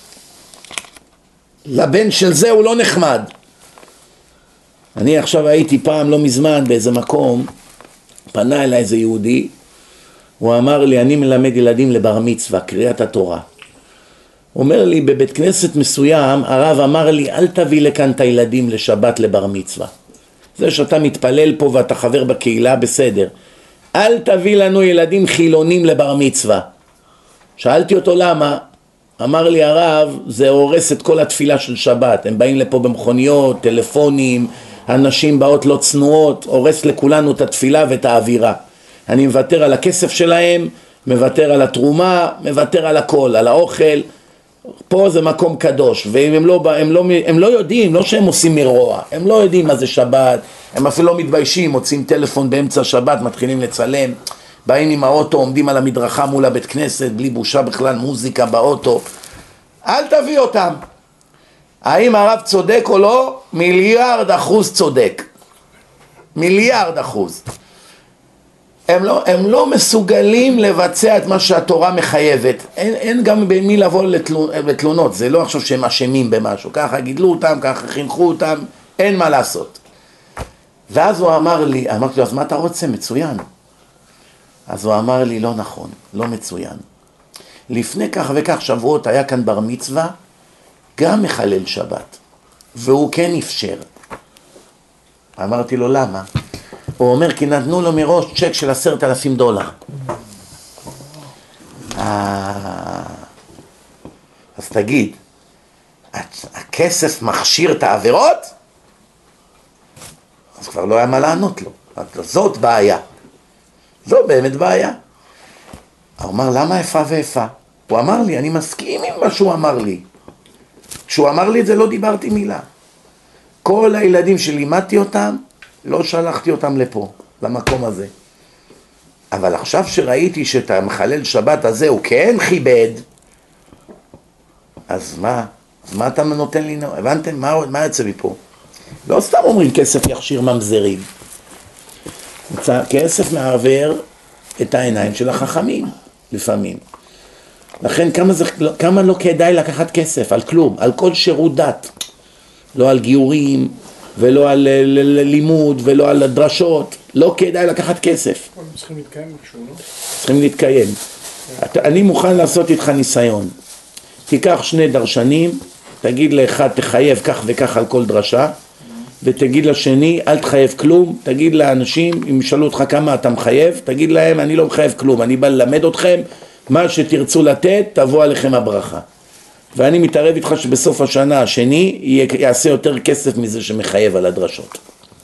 לבן של זה הוא לא נחמד. אני עכשיו הייתי פעם לא מזמן באיזה מקום, פנה אליי איזה יהודי, הוא אמר לי, אני מלמד ילדים לבר מצווה, קריאת התורה. הוא אומר לי, בבית כנסת מסוים, הרב אמר לי, אל תביא לכאן את הילדים לשבת לבר מצווה. זה שאתה מתפלל פה ואתה חבר בקהילה, בסדר. אל תביא לנו ילדים חילונים לבר מצווה. שאלתי אותו למה? אמר לי הרב, זה הורס את כל התפילה של שבת. הם באים לפה במכוניות, טלפונים, אנשים באות לא צנועות, הורס לכולנו את התפילה ואת האווירה. אני מוותר על הכסף שלהם, מוותר על התרומה, מוותר על הכל, על האוכל. פה זה מקום קדוש, ואם הם לא יודעים, לא שהם עושים מרוע, הם לא יודעים מה זה שבת, הם אפילו לא מתביישים, מוצאים טלפון באמצע שבת, מתחילים לצלם, באים עם האוטו, עומדים על המדרכה מול הבית כנסת, בלי בושה בכלל, מוזיקה באוטו. אל תביא אותם. האם הרב צודק או לא? 1,000,000,000% צודק. 1,000,000,000%. הם לא מסוגלים לבצע את מה שהתורה מחייבת. אין גם במי לבוא לתלונות. זה לא עכשיו שהם אשמים במשהו. ככה גידלו אותם, ככה חינכו אותם, אין מה לעשות. ואז הוא אמר לי, אמרתי לו, אז מה אתה רוצה? מצוין. אז הוא אמר לי, לא נכון, לא מצוין. לפני כך וכך שבועות היה כאן בר מצווה, גם מחלל שבת. והוא כן אפשר. אמרתי לו, למה? הוא אומר, כי נתנו לו מראש צ'ק של $10,000. אז תגיד, הכסף מכשיר את העבירות? אז כבר לא היה מה לענות לו. זאת בעיה. זו באמת בעיה. הוא אמר, למה איפה ואיפה? הוא אמר לי, אני מסכים עם מה שהוא אמר לי. כשהוא אמר לי את זה לא דיברתי מילה. כל הילדים שלימדתי אותם, לא שלחתי אותם לפה, למקום הזה. אבל עכשיו שראיתי שאת המחלל שבת הזה הוא כן כיבד, אז מה? אז מה אתה נותן לי? הבנתם? מה יוצא מפה? לא סתם אומרים כסף יכשיר ממזרים. כסף מעבר את העיניים של החכמים, לפעמים. לכן כמה לא כדאי לקחת כסף על כלום, על כל שירות דת. לא על גיורים, ולא על לימוד, ולא על דרשות. לא כדאי לקחת כסף. צריכים להתקיים משהו, לא? צריכים להתקיים. אני מוכן לעשות איתך ניסיון. תיקח 2 דרשנים, תגיד לאחד תחייב כך וכך על כל דרשה, ותגיד לשני אל תחייב כלום. תגיד לאנשים, אם ישאלו אותך כמה אתה מחייב, תגיד להם אני לא מחייב כלום, אני בא ללמד אתכם, מה שתרצו לתת תבוא עליכם הברכה. ואני מתערב איתך שבסוף השנה השני יעשה יותר כסף מזה שמחייב על הדרשות.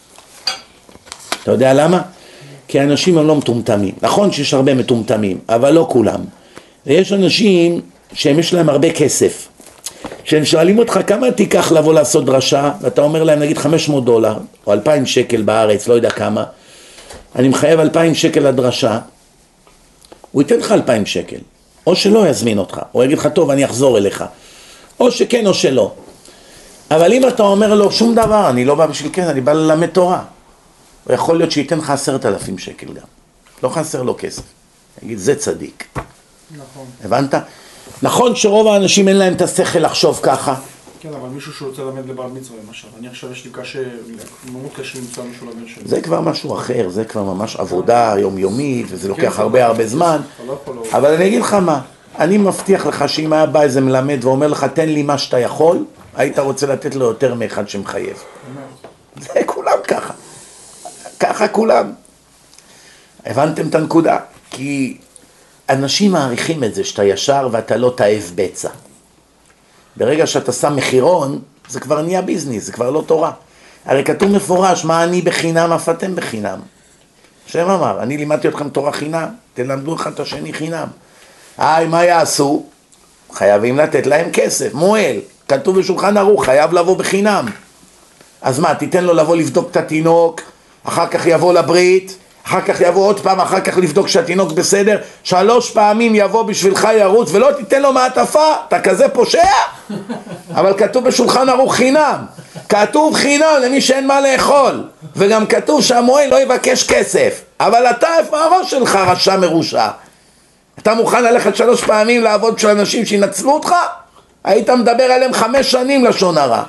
אתה יודע למה? כי האנשים הם לא מטומטמים. נכון שיש הרבה מטומטמים, אבל לא כולם. ויש אנשים שיש להם הרבה כסף. כשהם שואלים אותך כמה תיקח לבוא לעשות דרשה, ואתה אומר להם נגיד $500 או 2,000 שקל בארץ, לא יודע כמה, אני מחייב 2,000 שקל לדרשה, הוא ייתן לך 2,000 שקל, או שלא יזמין אותך, או יגיד לך טוב אני אחזור אליך, או שכן או שלא. אבל אם אתה אומר לו שום דבר, אני לא בא בשביל כן, אני בא ללמד תורה, הוא יכול להיות שייתן לך 10,000 שקל גם, לא חסר לו כסף, יגיד זה צדיק. נכון. הבנת? נכון שרוב האנשים אין להם את השכל לחשוב ככה. כן, אבל מישהו שרוצה ללמד לבר מצווה למשל, אני עכשיו יש לי קשה, מאוד קשה למצוא מישהו לבן שלי. זה כבר משהו אחר, זה כבר ממש עבודה יומיומית, וזה לוקח הרבה זמן. אבל אני אגיד לך מה, אני מבטיח לך שאם היה בא איזה מלמד ואומר לך תן לי מה שאתה יכול, היית רוצה לתת לו יותר מאחד שמחייב. זה כולם ככה. ככה כולם. הבנתם את הנקודה? כי אנשים מעריכים את זה שאתה ישר ואתה לא תאב בצע. ברגע שאתה שם מחירון, זה כבר נהיה ביזנס, זה כבר לא תורה. הרי כתוב מפורש, מה אני בחינם, אף אתם בחינם. השם אמר, אני לימדתי אתכם תורה חינם, תלמדו אחד את השני חינם. מה יעשו? חייבים לתת להם כסף, מועל. כתוב בשולחן ערוך, חייב לבוא בחינם. אז מה, תיתן לו לבוא לבדוק את התינוק, אחר כך יבוא לברית, אחר כך יבוא עוד פעם, אחר כך לבדוק שהתינוק בסדר, 3 פעמים יבוא בשבילך ירוץ, ולא תיתן לו מעטפה, אתה כזה פושע? אבל כתוב בשולחן ערוך חינם, כתוב חינם למי שאין מה לאכול, וגם כתוב שהמועל לא יבקש כסף, אבל אתה איפה הראש שלך רשע מרושע? אתה מוכן ללכת 3 פעמים לעבוד של אנשים שינצלו אותך? היית מדבר עליהם 5 שנים לשון הרע.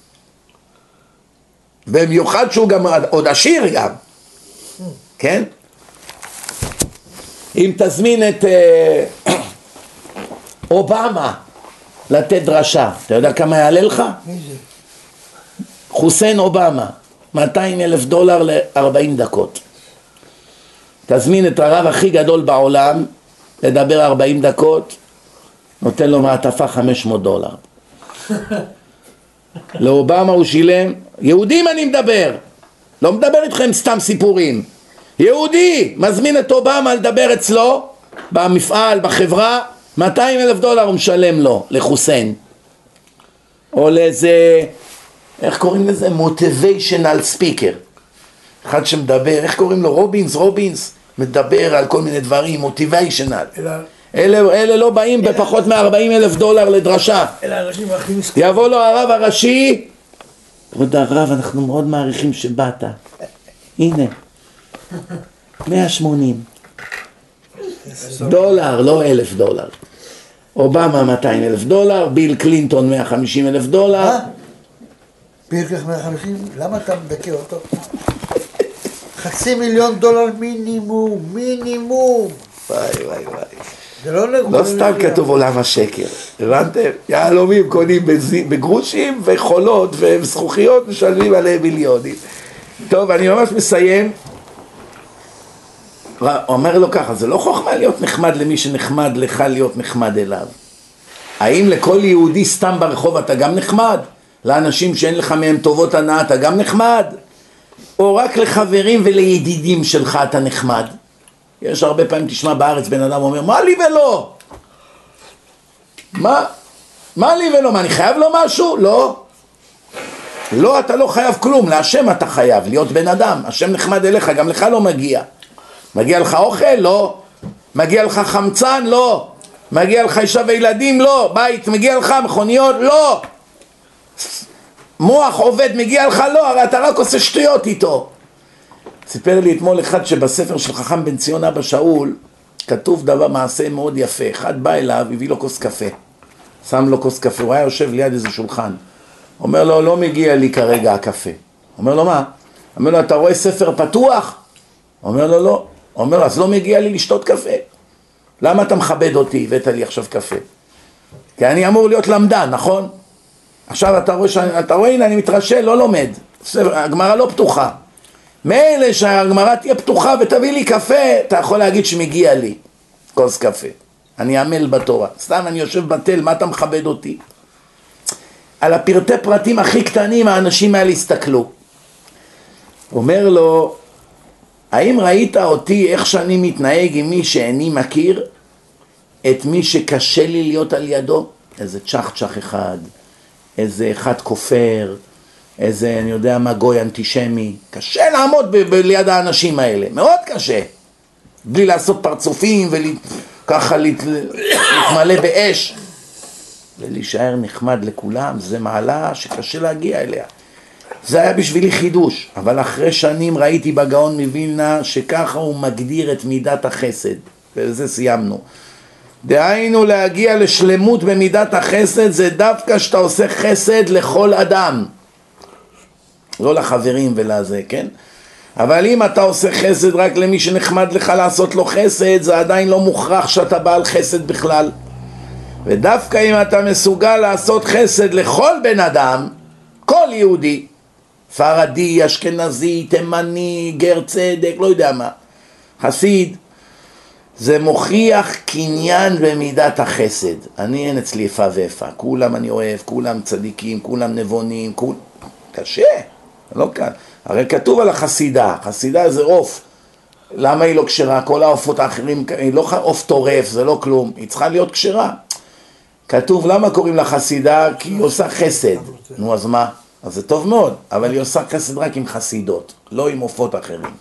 במיוחד שהוא גם עוד עשיר גם. כן? אם תזמין את אובמה לתת דרשה, אתה יודע כמה יעלה לך? חוסיין אובמה, $200,000 ל-40 דקות. תזמין את הרב הכי גדול בעולם לדבר 40 דקות, נותן לו מעטפה $500. לאובמה הוא שילם, יהודים אני מדבר, לא מדבר איתכם סתם סיפורים. יהודי מזמין את אובמה לדבר אצלו במפעל, בחברה, $200,000 הוא משלם לו, לחוסיין. או לאיזה, איך קוראים לזה? motivational speaker. אחד שמדבר, איך קוראים לו? רובינס, מדבר על כל מיני דברים, motivational. אלה לא באים בפחות $40,000 לדרשה. אלה האנשים הכי מסכנים. יבוא לו הרב הראשי, כבוד הרב, אנחנו מאוד מעריכים שבאת. הנה. $180, לא $1,000. אובמה $200,000, ביל קלינטון $150,000. בירקך 150? למה אתה מדכא אותו? $500,000 מינימום. וואי. זה לא לא סתם כתוב עולם השקר, הבנתם? יהלומים קונים בגרושים וחולות וזכוכיות משלמים עליהם מיליונים. טוב, אני ממש מסיים. הוא אומר לו ככה, זה לא חוכמה להיות נחמד למי שנחמד לך להיות נחמד אליו. האם לכל יהודי סתם ברחוב אתה גם נחמד? לאנשים שאין לך מהם טובות הנאה אתה גם נחמד? או רק לחברים ולידידים שלך אתה נחמד? יש הרבה פעמים תשמע בארץ בן אדם אומר, מה לי ולא? מה לי ולא? מה, אני חייב לו משהו? לא, אתה לא חייב כלום, להשם אתה חייב להיות בן אדם, השם נחמד אליך, גם לך לא מגיע. מגיע לך אוכל? לא. מגיע לך חמצן? לא. מגיע לך אישה וילדים? לא. בית מגיע לך? מכוניות? לא. מוח עובד מגיע לך? לא. הרי אתה רק עושה שטויות איתו. סיפר לי אתמול אחד שבספר של חכם בן ציון אבא שאול כתוב דבר מעשה מאוד יפה. אחד בא אליו, הביא לו כוס קפה, שם לו כוס קפה, הוא היה יושב ליד איזה שולחן, אומר לו, לא מגיע לי כרגע הקפה. אומר לו, מה? אומר לו, אתה רואה ספר פתוח? אומר לו, לא. אומר לו, אז לא מגיע לי לשתות קפה. למה אתה מכבד אותי? הבאת לי עכשיו קפה. כי אני אמור להיות למדן, נכון? עכשיו אתה רואה, הנה אני מתרשל, לא לומד. הגמרא לא פתוחה. מילא שהגמרא תהיה פתוחה ותביא לי קפה, אתה יכול להגיד שמגיע לי כוס קפה. אני עמל בתורה. סתם אני יושב בתל, מה אתה מכבד אותי? על הפרטי פרטים הכי קטנים האנשים האלה הסתכלו. אומר לו, האם ראית אותי איך שאני מתנהג עם מי שאיני מכיר? את מי שקשה לי להיות על ידו? איזה צ'ח אחד, איזה אחד כופר, איזה אני יודע מה גוי אנטישמי. קשה לעמוד ליד האנשים האלה, מאוד קשה. בלי לעשות פרצופים וככה להתמלא באש. ולהישאר נחמד לכולם, זה מעלה שקשה להגיע אליה. זה היה בשבילי חידוש, אבל אחרי שנים ראיתי בגאון מווילנה שככה הוא מגדיר את מידת החסד, ובזה סיימנו. דהיינו להגיע לשלמות במידת החסד זה דווקא שאתה עושה חסד לכל אדם, לא לחברים ולזה, כן? אבל אם אתה עושה חסד רק למי שנחמד לך לעשות לו חסד, זה עדיין לא מוכרח שאתה בעל חסד בכלל. ודווקא אם אתה מסוגל לעשות חסד לכל בן אדם, כל יהודי, פרדי, אשכנזי, תימני, גר צדק, לא יודע מה, חסיד, זה מוכיח קניין במידת החסד. אני אין אצלי איפה ואיפה, כולם אני אוהב, כולם צדיקים, כולם נבונים, קשה, לא קל. הרי כתוב על החסידה, חסידה זה עוף. למה היא לא כשרה? כל העופות האחרים, היא לא עוף טורף, זה לא כלום, היא צריכה להיות כשרה. כתוב למה קוראים לה חסידה? כי היא עושה חסד. נו אז מה? אז זה טוב מאוד, אבל היא עושה חסד רק עם חסידות, לא עם עופות אחרים.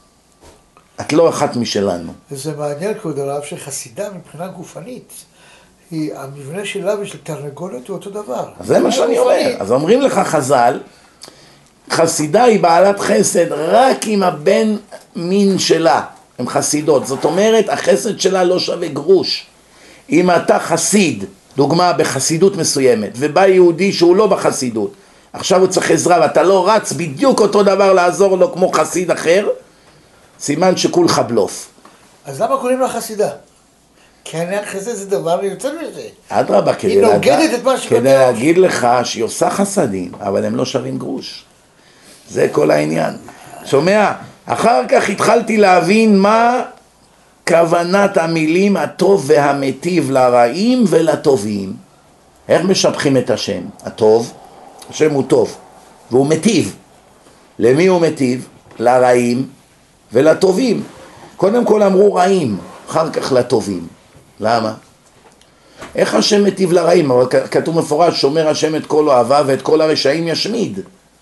את לא אחת משלנו. וזה מעניין כבוד הרב שחסידה מבחינה גופנית, המבנה שלה ושל תרנגולת הוא אותו דבר. אז זה מה שאני אומר. אז אומרים לך חז"ל, חסידה היא בעלת חסד רק עם הבן מין שלה, הם חסידות. זאת אומרת, החסד שלה לא שווה גרוש. אם אתה חסיד, דוגמה בחסידות מסוימת, ובא יהודי שהוא לא בחסידות, עכשיו הוא צריך עזרה ואתה לא רץ בדיוק אותו דבר לעזור לו כמו חסיד אחר, סימן שכולך בלוף. אז למה קוראים לה חסידה? כי העניין חסד זה דבר יותר מזה. אדרבה, כדי להגיד לך שהיא עושה חסדים, אבל הם לא שווים גרוש. זה כל העניין. שומע? אחר כך התחלתי להבין מה כוונת המילים הטוב והמטיב לרעים ולטובים. איך משבחים את השם? הטוב, השם הוא טוב, והוא מטיב. למי הוא מטיב? לרעים ולטובים. קודם כל אמרו רעים, אחר כך לטובים. למה? איך השם מטיב לרעים? אבל כתוב מפורש, שומר השם את כל אוהביו ואת כל הרשעים ישמיד.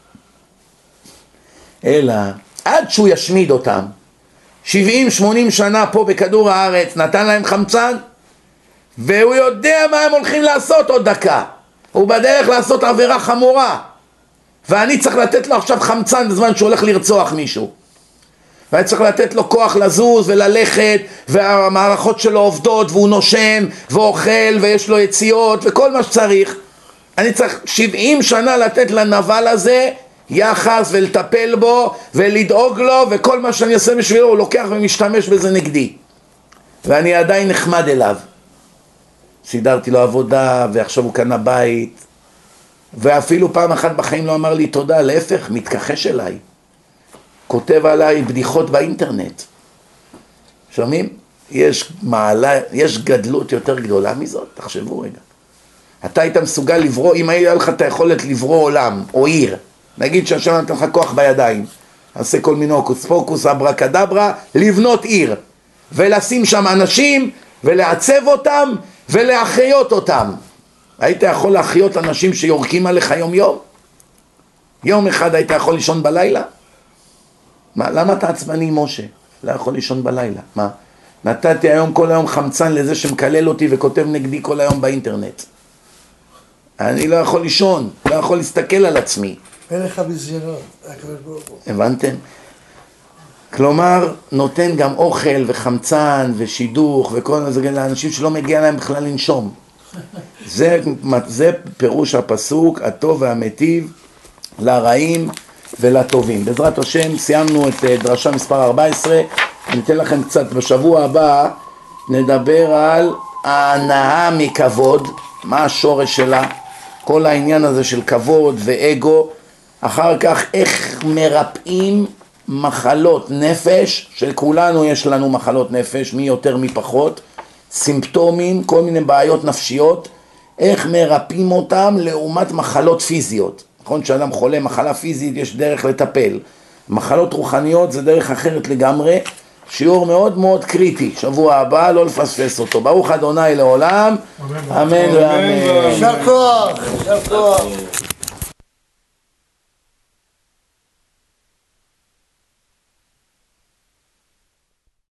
אלא עד שהוא ישמיד אותם, 70-80 שנה פה בכדור הארץ, נתן להם חמצן, והוא יודע מה הם הולכים לעשות עוד דקה. הוא בדרך לעשות עבירה חמורה, ואני צריך לתת לו עכשיו חמצן בזמן שהוא הולך לרצוח מישהו. ואני צריך לתת לו כוח לזוז וללכת, והמערכות שלו עובדות, והוא נושם, ואוכל, ויש לו יציאות, וכל מה שצריך. אני צריך 70 שנה לתת לנבל הזה יחס, ולטפל בו, ולדאוג לו, וכל מה שאני אעשה בשבילו, הוא לוקח ומשתמש בזה נגדי. ואני עדיין נחמד אליו. סידרתי לו עבודה, ועכשיו הוא קנה בית, ואפילו פעם אחת בחיים לא אמר לי תודה, להפך, מתכחש אליי. כותב עליי בדיחות באינטרנט. שומעים? יש גדלות יותר גדולה מזאת, תחשבו רגע. אתה היית מסוגל לברוא, אם היה לך את היכולת לברוא עולם או עיר, נגיד שהשם נתן לך כוח בידיים, עושה כל מיני הוקוס פוקוס, אברקדברה, לבנות עיר, ולשים שם אנשים, ולעצב אותם, ולהחיות אותם. היית יכול להחיות אנשים שיורקים עליך יום יום? יום אחד היית יכול לישון בלילה? מה, למה אתה עצבני משה? לא יכול לישון בלילה. מה? נתתי היום כל היום חמצן לזה שמקלל אותי וכותב נגדי כל היום באינטרנט. אני לא יכול לישון, לא יכול להסתכל על עצמי. מלך הביזיונות. הבנתם? כלומר, נותן גם אוכל וחמצן ושידוך וכל זה לאנשים שלא מגיע להם בכלל לנשום. זה פירוש הפסוק, הטוב והמטיב לרעים ולטובים. בעזרת השם סיימנו את דרשה מספר 14. אני אתן לכם קצת בשבוע הבא, נדבר על ההנאה מכבוד, מה השורש שלה, כל העניין הזה של כבוד ואגו, אחר כך איך מרפאים מחלות נפש, שכולנו יש לנו מחלות נפש, מי יותר מי פחות, סימפטומים, כל מיני בעיות נפשיות, איך מרפאים אותם לעומת מחלות פיזיות. נכון, כשאדם חולה מחלה פיזית יש דרך לטפל, מחלות רוחניות זה דרך אחרת לגמרי, שיעור מאוד מאוד קריטי, שבוע הבא לא לפספס אותו. ברוך אדוני לעולם, אמן ואמן. יישר כוח, יישר כוח.